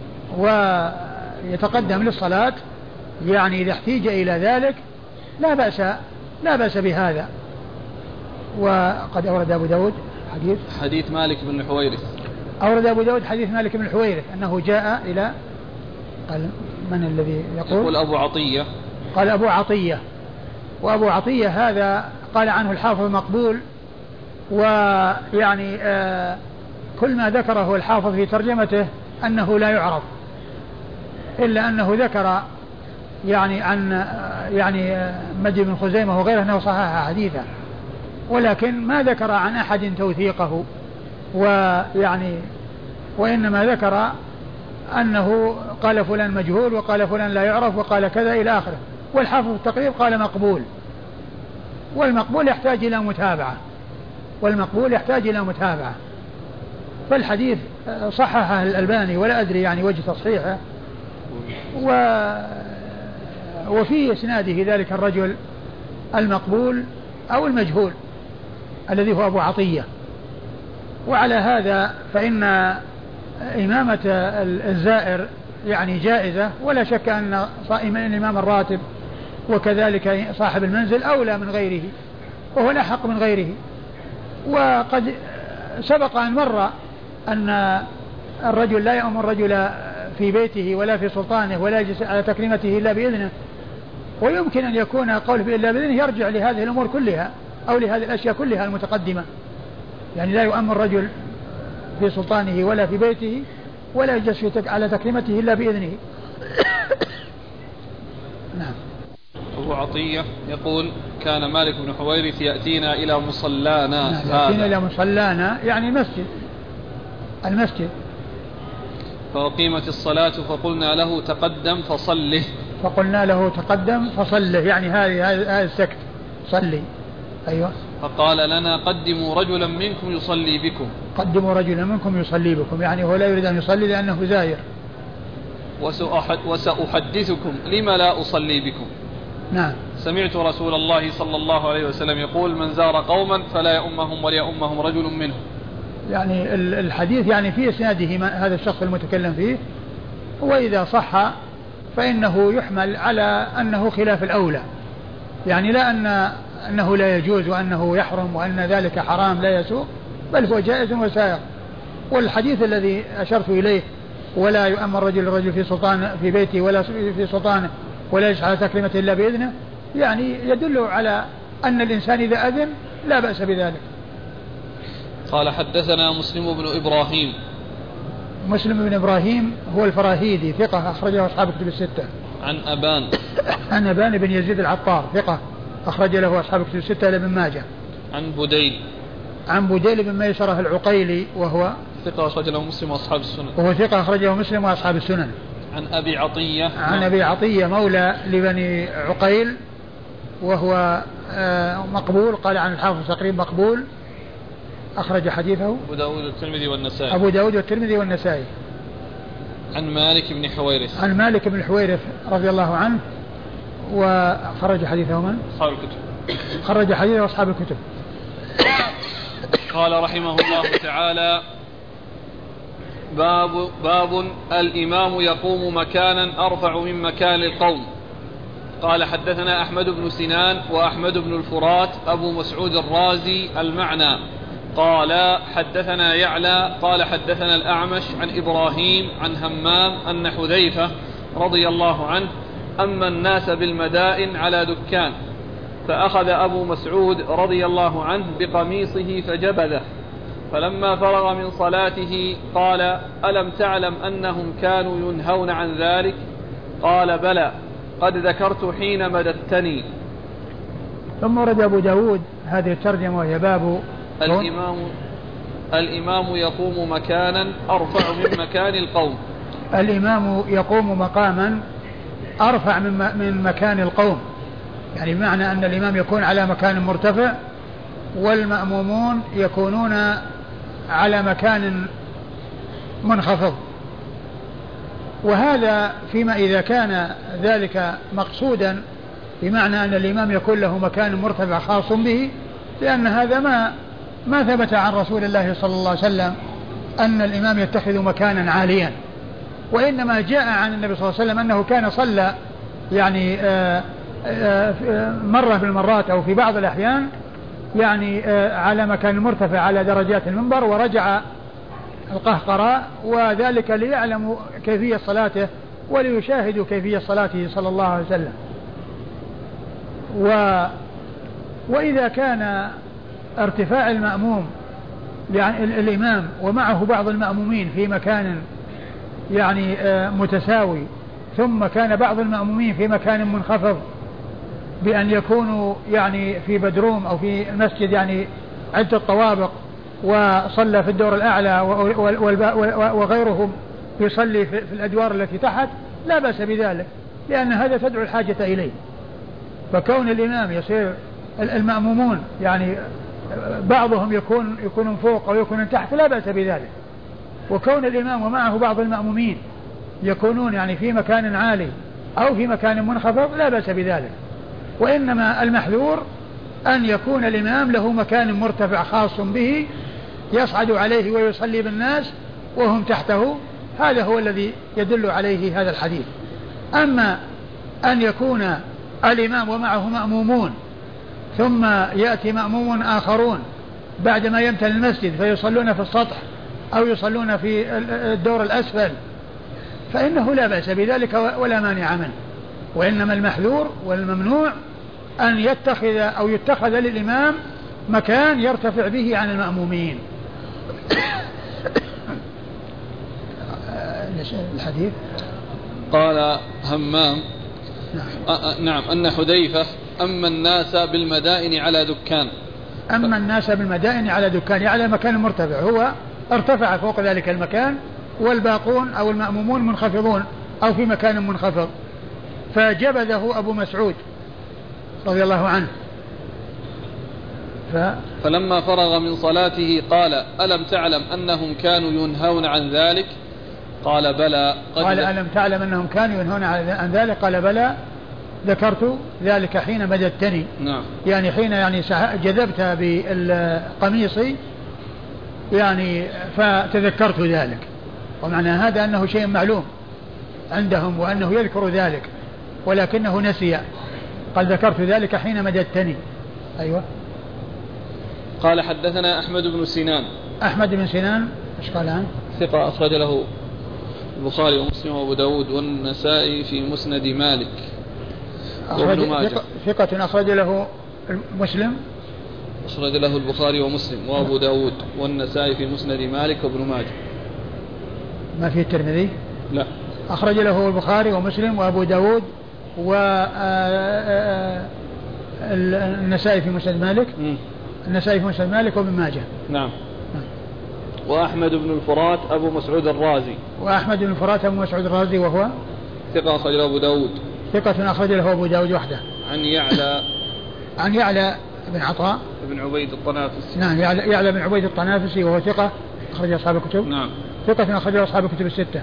ويتقدم للصلاة يعني إذا احتيج إلى ذلك لا بأس بهذا. وقد أورد أبو داود حديث مالك بن الحويرث، أورد أبو داود حديث مالك بن الحويرث أنه جاء إلى، قال من الذي يقول أبو عطية، قال أبو عطية. وأبو عطية هذا قال عنه الحافظ مقبول، ويعني كل ما ذكره الحافظ في ترجمته أنه لا يعرف، إلا أنه ذكر يعني عن يعني مجد بن خزيمة وغيره أنه صحح حديثه، ولكن ما ذكر عن أحد توثيقه، ويعني وإنما ذكر أنه قال فلان مجهول وقال فلان لا يعرف وقال كذا إلى آخره. والحافظ التقريب قال مقبول، والمقبول يحتاج إلى متابعة، فالحديث صححه الألباني ولا أدري يعني وجه تصحيحه. وفي إسناده ذلك الرجل المقبول أو المجهول الذي هو أبو عطية. وعلى هذا فإن إمامة الزائر يعني جائزة، ولا شك أن الإمام الراتب وكذلك صاحب المنزل أولى من غيره وهو الأحق من غيره. وقد سبق أن مر أن الرجل لا يؤم الرجل في بيته ولا في سلطانه ولا يجلس على تكريمته إلا بإذنه، ويمكن أن يكون قوله إلا بإذنه يرجع لهذه الأمور كلها أو لهذه الأشياء كلها المتقدمة، يعني لا يؤم الرجل في سلطانه ولا في بيته ولا يجلس على تكريمته إلا بإذنه. نعم. أبو عطية يقول كان مالك بن حويرث يأتينا إلى مصلانا، يأتينا إلى مصلانا يعني المسجد فأقيمت الصلاة فقلنا له تقدم فصله، يعني هذا السكت صلي. أيوة. فقال لنا قدموا رجلا منكم يصلي بكم، يعني هو لا يريد أن يصلي لأنه زائر. وسأحدثكم لما لا أصلي بكم. نعم. سمعت رسول الله صلى الله عليه وسلم يقول من زار قوما فلا يؤمهم وليؤمهم رجل منهم. يعني الحديث يعني في إسناده هذا الشخص المتكلم فيه، وإذا صح فإنه يحمل على أنه خلاف الأولى، يعني لا أنه لا يجوز وأنه يحرم وأن ذلك حرام لا يسوق، بل هو جائز وسائغ. والحديث الذي أشرت إليه ولا يؤمن الرجل في بيته ولا في سلطانه ولا يجلس على تكريمته إلا بإذنه، يعني يدل على أن الإنسان إذا أذن لا بأس بذلك. قال حدثنا مسلم بن إبراهيم هو الفراهيدي ثقة أخرجه أصحاب الكتب الستة. عن أبان بن يزيد العطار ثقة أخرج له أصحاب الكتب الستة إلى ابن ماجه. عن بديل بن ميسرة العقيلي وهو ثقة أخرج له مسلم وأصحاب السنن. وهو ثقة أخرجه مسلم وأصحاب السنن. عن أبي عطية مولى لبني عقيل وهو مقبول، قال عن الحافظ تقريب مقبول، أخرج حديثه أبو داود والترمذي والنسائي. عن مالك بن الحويرث رضي الله عنه، وخرج حديثه من؟ خرج حديثه أصحاب الكتب. قال رحمه الله تعالى باب الإمام يقوم مكانا أرفع من مكان القوم. قال حدثنا أحمد بن سنان وأحمد بن الفرات أبو مسعود الرازي المعنى قال حدثنا يعلى قال حدثنا الأعمش عن إبراهيم عن همام أن حذيفة رضي الله عنه أما الناس بالمدائن على دكان، فأخذ أبو مسعود رضي الله عنه بقميصه فجبذه، فلما فرغ من صلاته قال ألم تعلم أنهم كانوا ينهون عن ذلك؟ قال بلى قد ذكرت حين مددتني. ثم ورد أبو داود هذه الترجمة وهي باب الإمام يقوم مكانا أرفع من مكان القوم. الإمام يقوم مقاما أرفع من مكان القوم، يعني بمعنى أن الإمام يكون على مكان مرتفع والمأمومون يكونون على مكان منخفض. وهذا فيما إذا كان ذلك مقصودا، بمعنى أن الإمام يكون له مكان مرتفع خاص به، لأن هذا ما ثبت عن رسول الله صلى الله عليه وسلم أن الإمام يتخذ مكانا عاليا، وإنما جاء عن النبي صلى الله عليه وسلم أنه كان صلى يعني مرة في المرات أو في بعض الأحيان يعني على مكان مرتفع على درجات المنبر، ورجع القهقراء، وذلك ليعلموا كيفية صلاته وليشاهدوا كيفية صلاته صلى الله عليه وسلم. وإذا كان ارتفاع المأموم يعني الإمام ومعه بعض المأمومين في مكان يعني متساوي، ثم كان بعض المأمومين في مكان منخفض بأن يكونوا يعني في بدروم أو في المسجد يعني عدة طوابق، وصلى في الدور الأعلى وغيرهم يصلي في الأدوار التي تحت، لا بأس بذلك، لأن هذا تدعو الحاجة إليه. فكون الإمام يصير المأمومون يعني بعضهم يكون فوق أو يكون تحت لا بأس بذلك، وكون الإمام ومعه بعض المأمومين يكونون يعني في مكان عالي أو في مكان منخفض لا بأس بذلك. وإنما المحذور أن يكون الإمام له مكان مرتفع خاص به يصعد عليه ويصلي بالناس وهم تحته، هذا هو الذي يدل عليه هذا الحديث. أما أن يكون الإمام ومعه مأمومون ثم يأتي مأموم آخرون بعدما يمتلئ المسجد فيصلون في السطح أو يصلون في الدور الأسفل، فإنه لا بأس بذلك ولا مانع منه. وإنما المحذور والممنوع أن يتخذ أو يتخذ للإمام مكان يرتفع به عن المأمومين. الحديث قال همام نعم أن حذيفة أما الناس بالمدائن على دكان. أما الناس بالمدائن على دكان، على مكان مرتفع، هو ارتفع فوق ذلك المكان والباقون أو المأمومون منخفضون أو في مكان منخفض، فجبذه أبو مسعود رضي الله عنه. فلما فرغ من صلاته قال ألم تعلم أنهم كانوا ينهون عن ذلك؟ قال بلى. قال ألم تعلم أنهم كانوا ينهون عن ذلك؟ قال بلى ذكرت ذلك حين مددتني. نعم. يعني حين يعني جذبت بقميصي يعني فتذكرت ذلك، ومعنى هذا أنه شيء معلوم عندهم وأنه يذكر ذلك ولكنه نسي. قال ذكرت ذلك حين مددتني. أيوة. قال حدثنا أحمد بن سنان. أحمد بن سنان إيش قال عنه؟ ثقة أخرج له البخاري ومسلم وأبو داود والنسائي في مسند مالك وابن ماجه. ثقة أخرج له مسلم، أخرج له البخاري ومسلم وأبو داود والنسائي في مسند مالك وابن ماجه. ما في الترمذي؟ لا. أخرج له البخاري ومسلم وأبو داود والنسائي في مسند مالك. النسائي في مسند مالك وابن ماجه. نعم. وأحمد بن الفرات أبو مسعود الرازي. وأحمد بن الفرات أبو مسعود الرازي وهو ثقة أخرج له أبو داود. ثقة أخرج له أبو داود وحده. عن يعلى بن عطاء بن عبيد الطنافسي. نعم. يعلى بن عبيد الطنافسي وهو ثقة أخرج أصحاب الكتب. نعم. ثقة أخرج أصحاب الكتب الستة.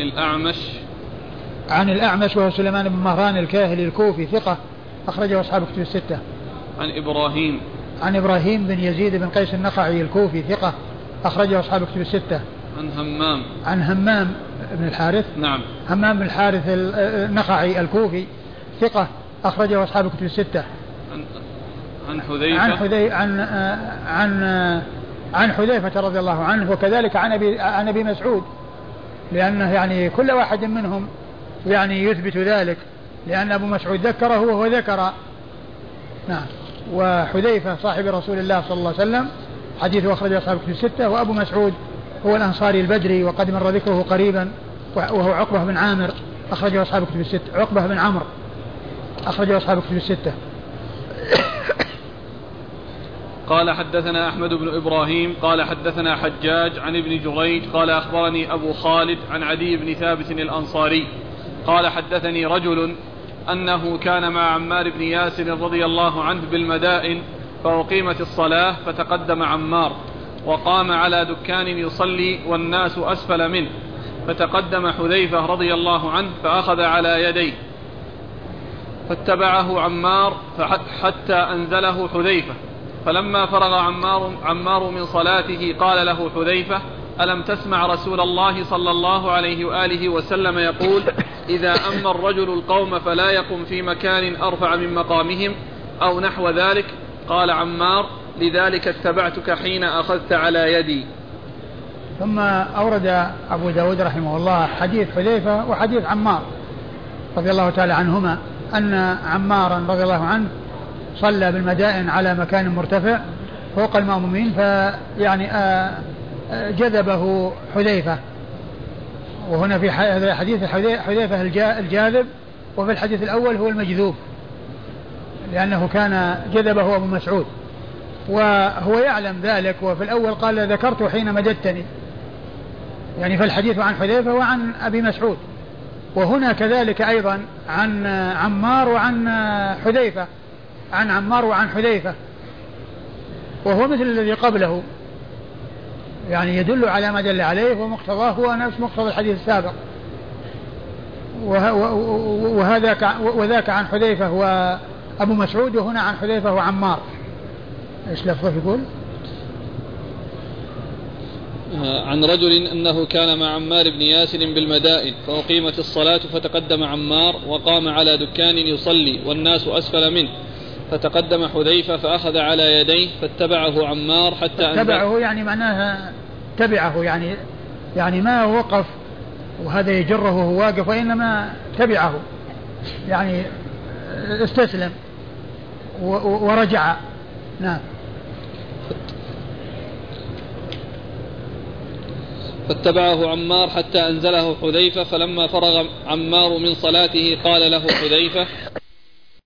عن الأعمش وهو سليمان بن مهران الكاهلي الكوفي ثقة أخرجه أصحاب الكتب الستة. عن إبراهيم بن يزيد بن قيس النخعي الكوفي ثقة أخرجه أصحاب الكتب الستة. عن همام بن الحارث. نعم. همام بن الحارث النخعي الكوفي ثقة أخرجه أصحاب الكتب الستة. عن حذيفة رضي الله عنه، وكذلك عن أبي مسعود، لأنه يعني كل واحد منهم يعني يثبت ذلك، لأن أبو مسعود ذكره وهو ذكر. نعم. وحذيفة صاحب رسول الله صلى الله عليه وسلم حديثه أخرجه أصحاب الكتب الستة. وأبو مسعود هو الأنصاري البدري وقد مر ذكره قريبا، وهو عقبة بن عامر أخرجه أصحاب الكتب الستة. عقبة بن عمرو أخرجه أصحاب الكتب الستة. قال حدثنا أحمد بن إبراهيم قال حدثنا حجاج عن ابن جريج قال أخبرني أبو خالد عن عدي بن ثابت الأنصاري قال حدثني رجل أنه كان مع عمار بن ياسر رضي الله عنه بالمدائن فأقيمت الصلاة فتقدم عمار وقام على دكان يصلي والناس أسفل منه فتقدم حذيفة رضي الله عنه فأخذ على يديه فاتبعه عمار حتى أنزله حذيفة فلما فرغ عمار من صلاته قال له حذيفة ألم تسمع رسول الله صلى الله عليه وآله وسلم يقول إذا أما الرجل القوم فلا يقم في مكان أرفع من مقامهم أو نحو ذلك. قال عمار لذلك اتبعتك حين أخذت على يدي. ثم أورد أبو داود رحمه الله حديث حذيفة وحديث عمار رضي الله تعالى عنهما أن عمارا رضي الله عنه صلى بالمدائن على مكان مرتفع فوق المأمومين فيعني جذبه حذيفة، وهنا في حديث حذيفة الجاذب، وفي الحديث الأول هو المجذوب لأنه كان جذبه أبو مسعود وهو يعلم ذلك. وفي الأول قال ذكرت حين مددتني، يعني فالحديث عن حذيفة وعن أبي مسعود، وهنا كذلك أيضا عن عمار وعن حذيفة، عن عمار وعن حذيفة، وهو مثل الذي قبله، يعني يدل على ما دل عليه ومقتضاه هو نفس مقتضى الحديث السابق. وذاك عن حذيفة وأبو مسعود، وهنا عن حذيفة وعمار. إيش لفظه يقول؟ عن رجل أنه كان مع عمار بن ياسر بالمدائن فأقيمت الصلاة فتقدم عمار وقام على دكان يصلي والناس أسفل منه فتقدم حذيفة فأخذ على يديه فاتبعه عمار حتى تبعه، يعني معناها تبعه، يعني ما وقف وهذا يجره وهو واقف، وإنما تبعه يعني استسلم ورجع. نعم. فاتبعه عمار حتى أنزله حذيفة فلما فرغ عمار من صلاته قال له حذيفة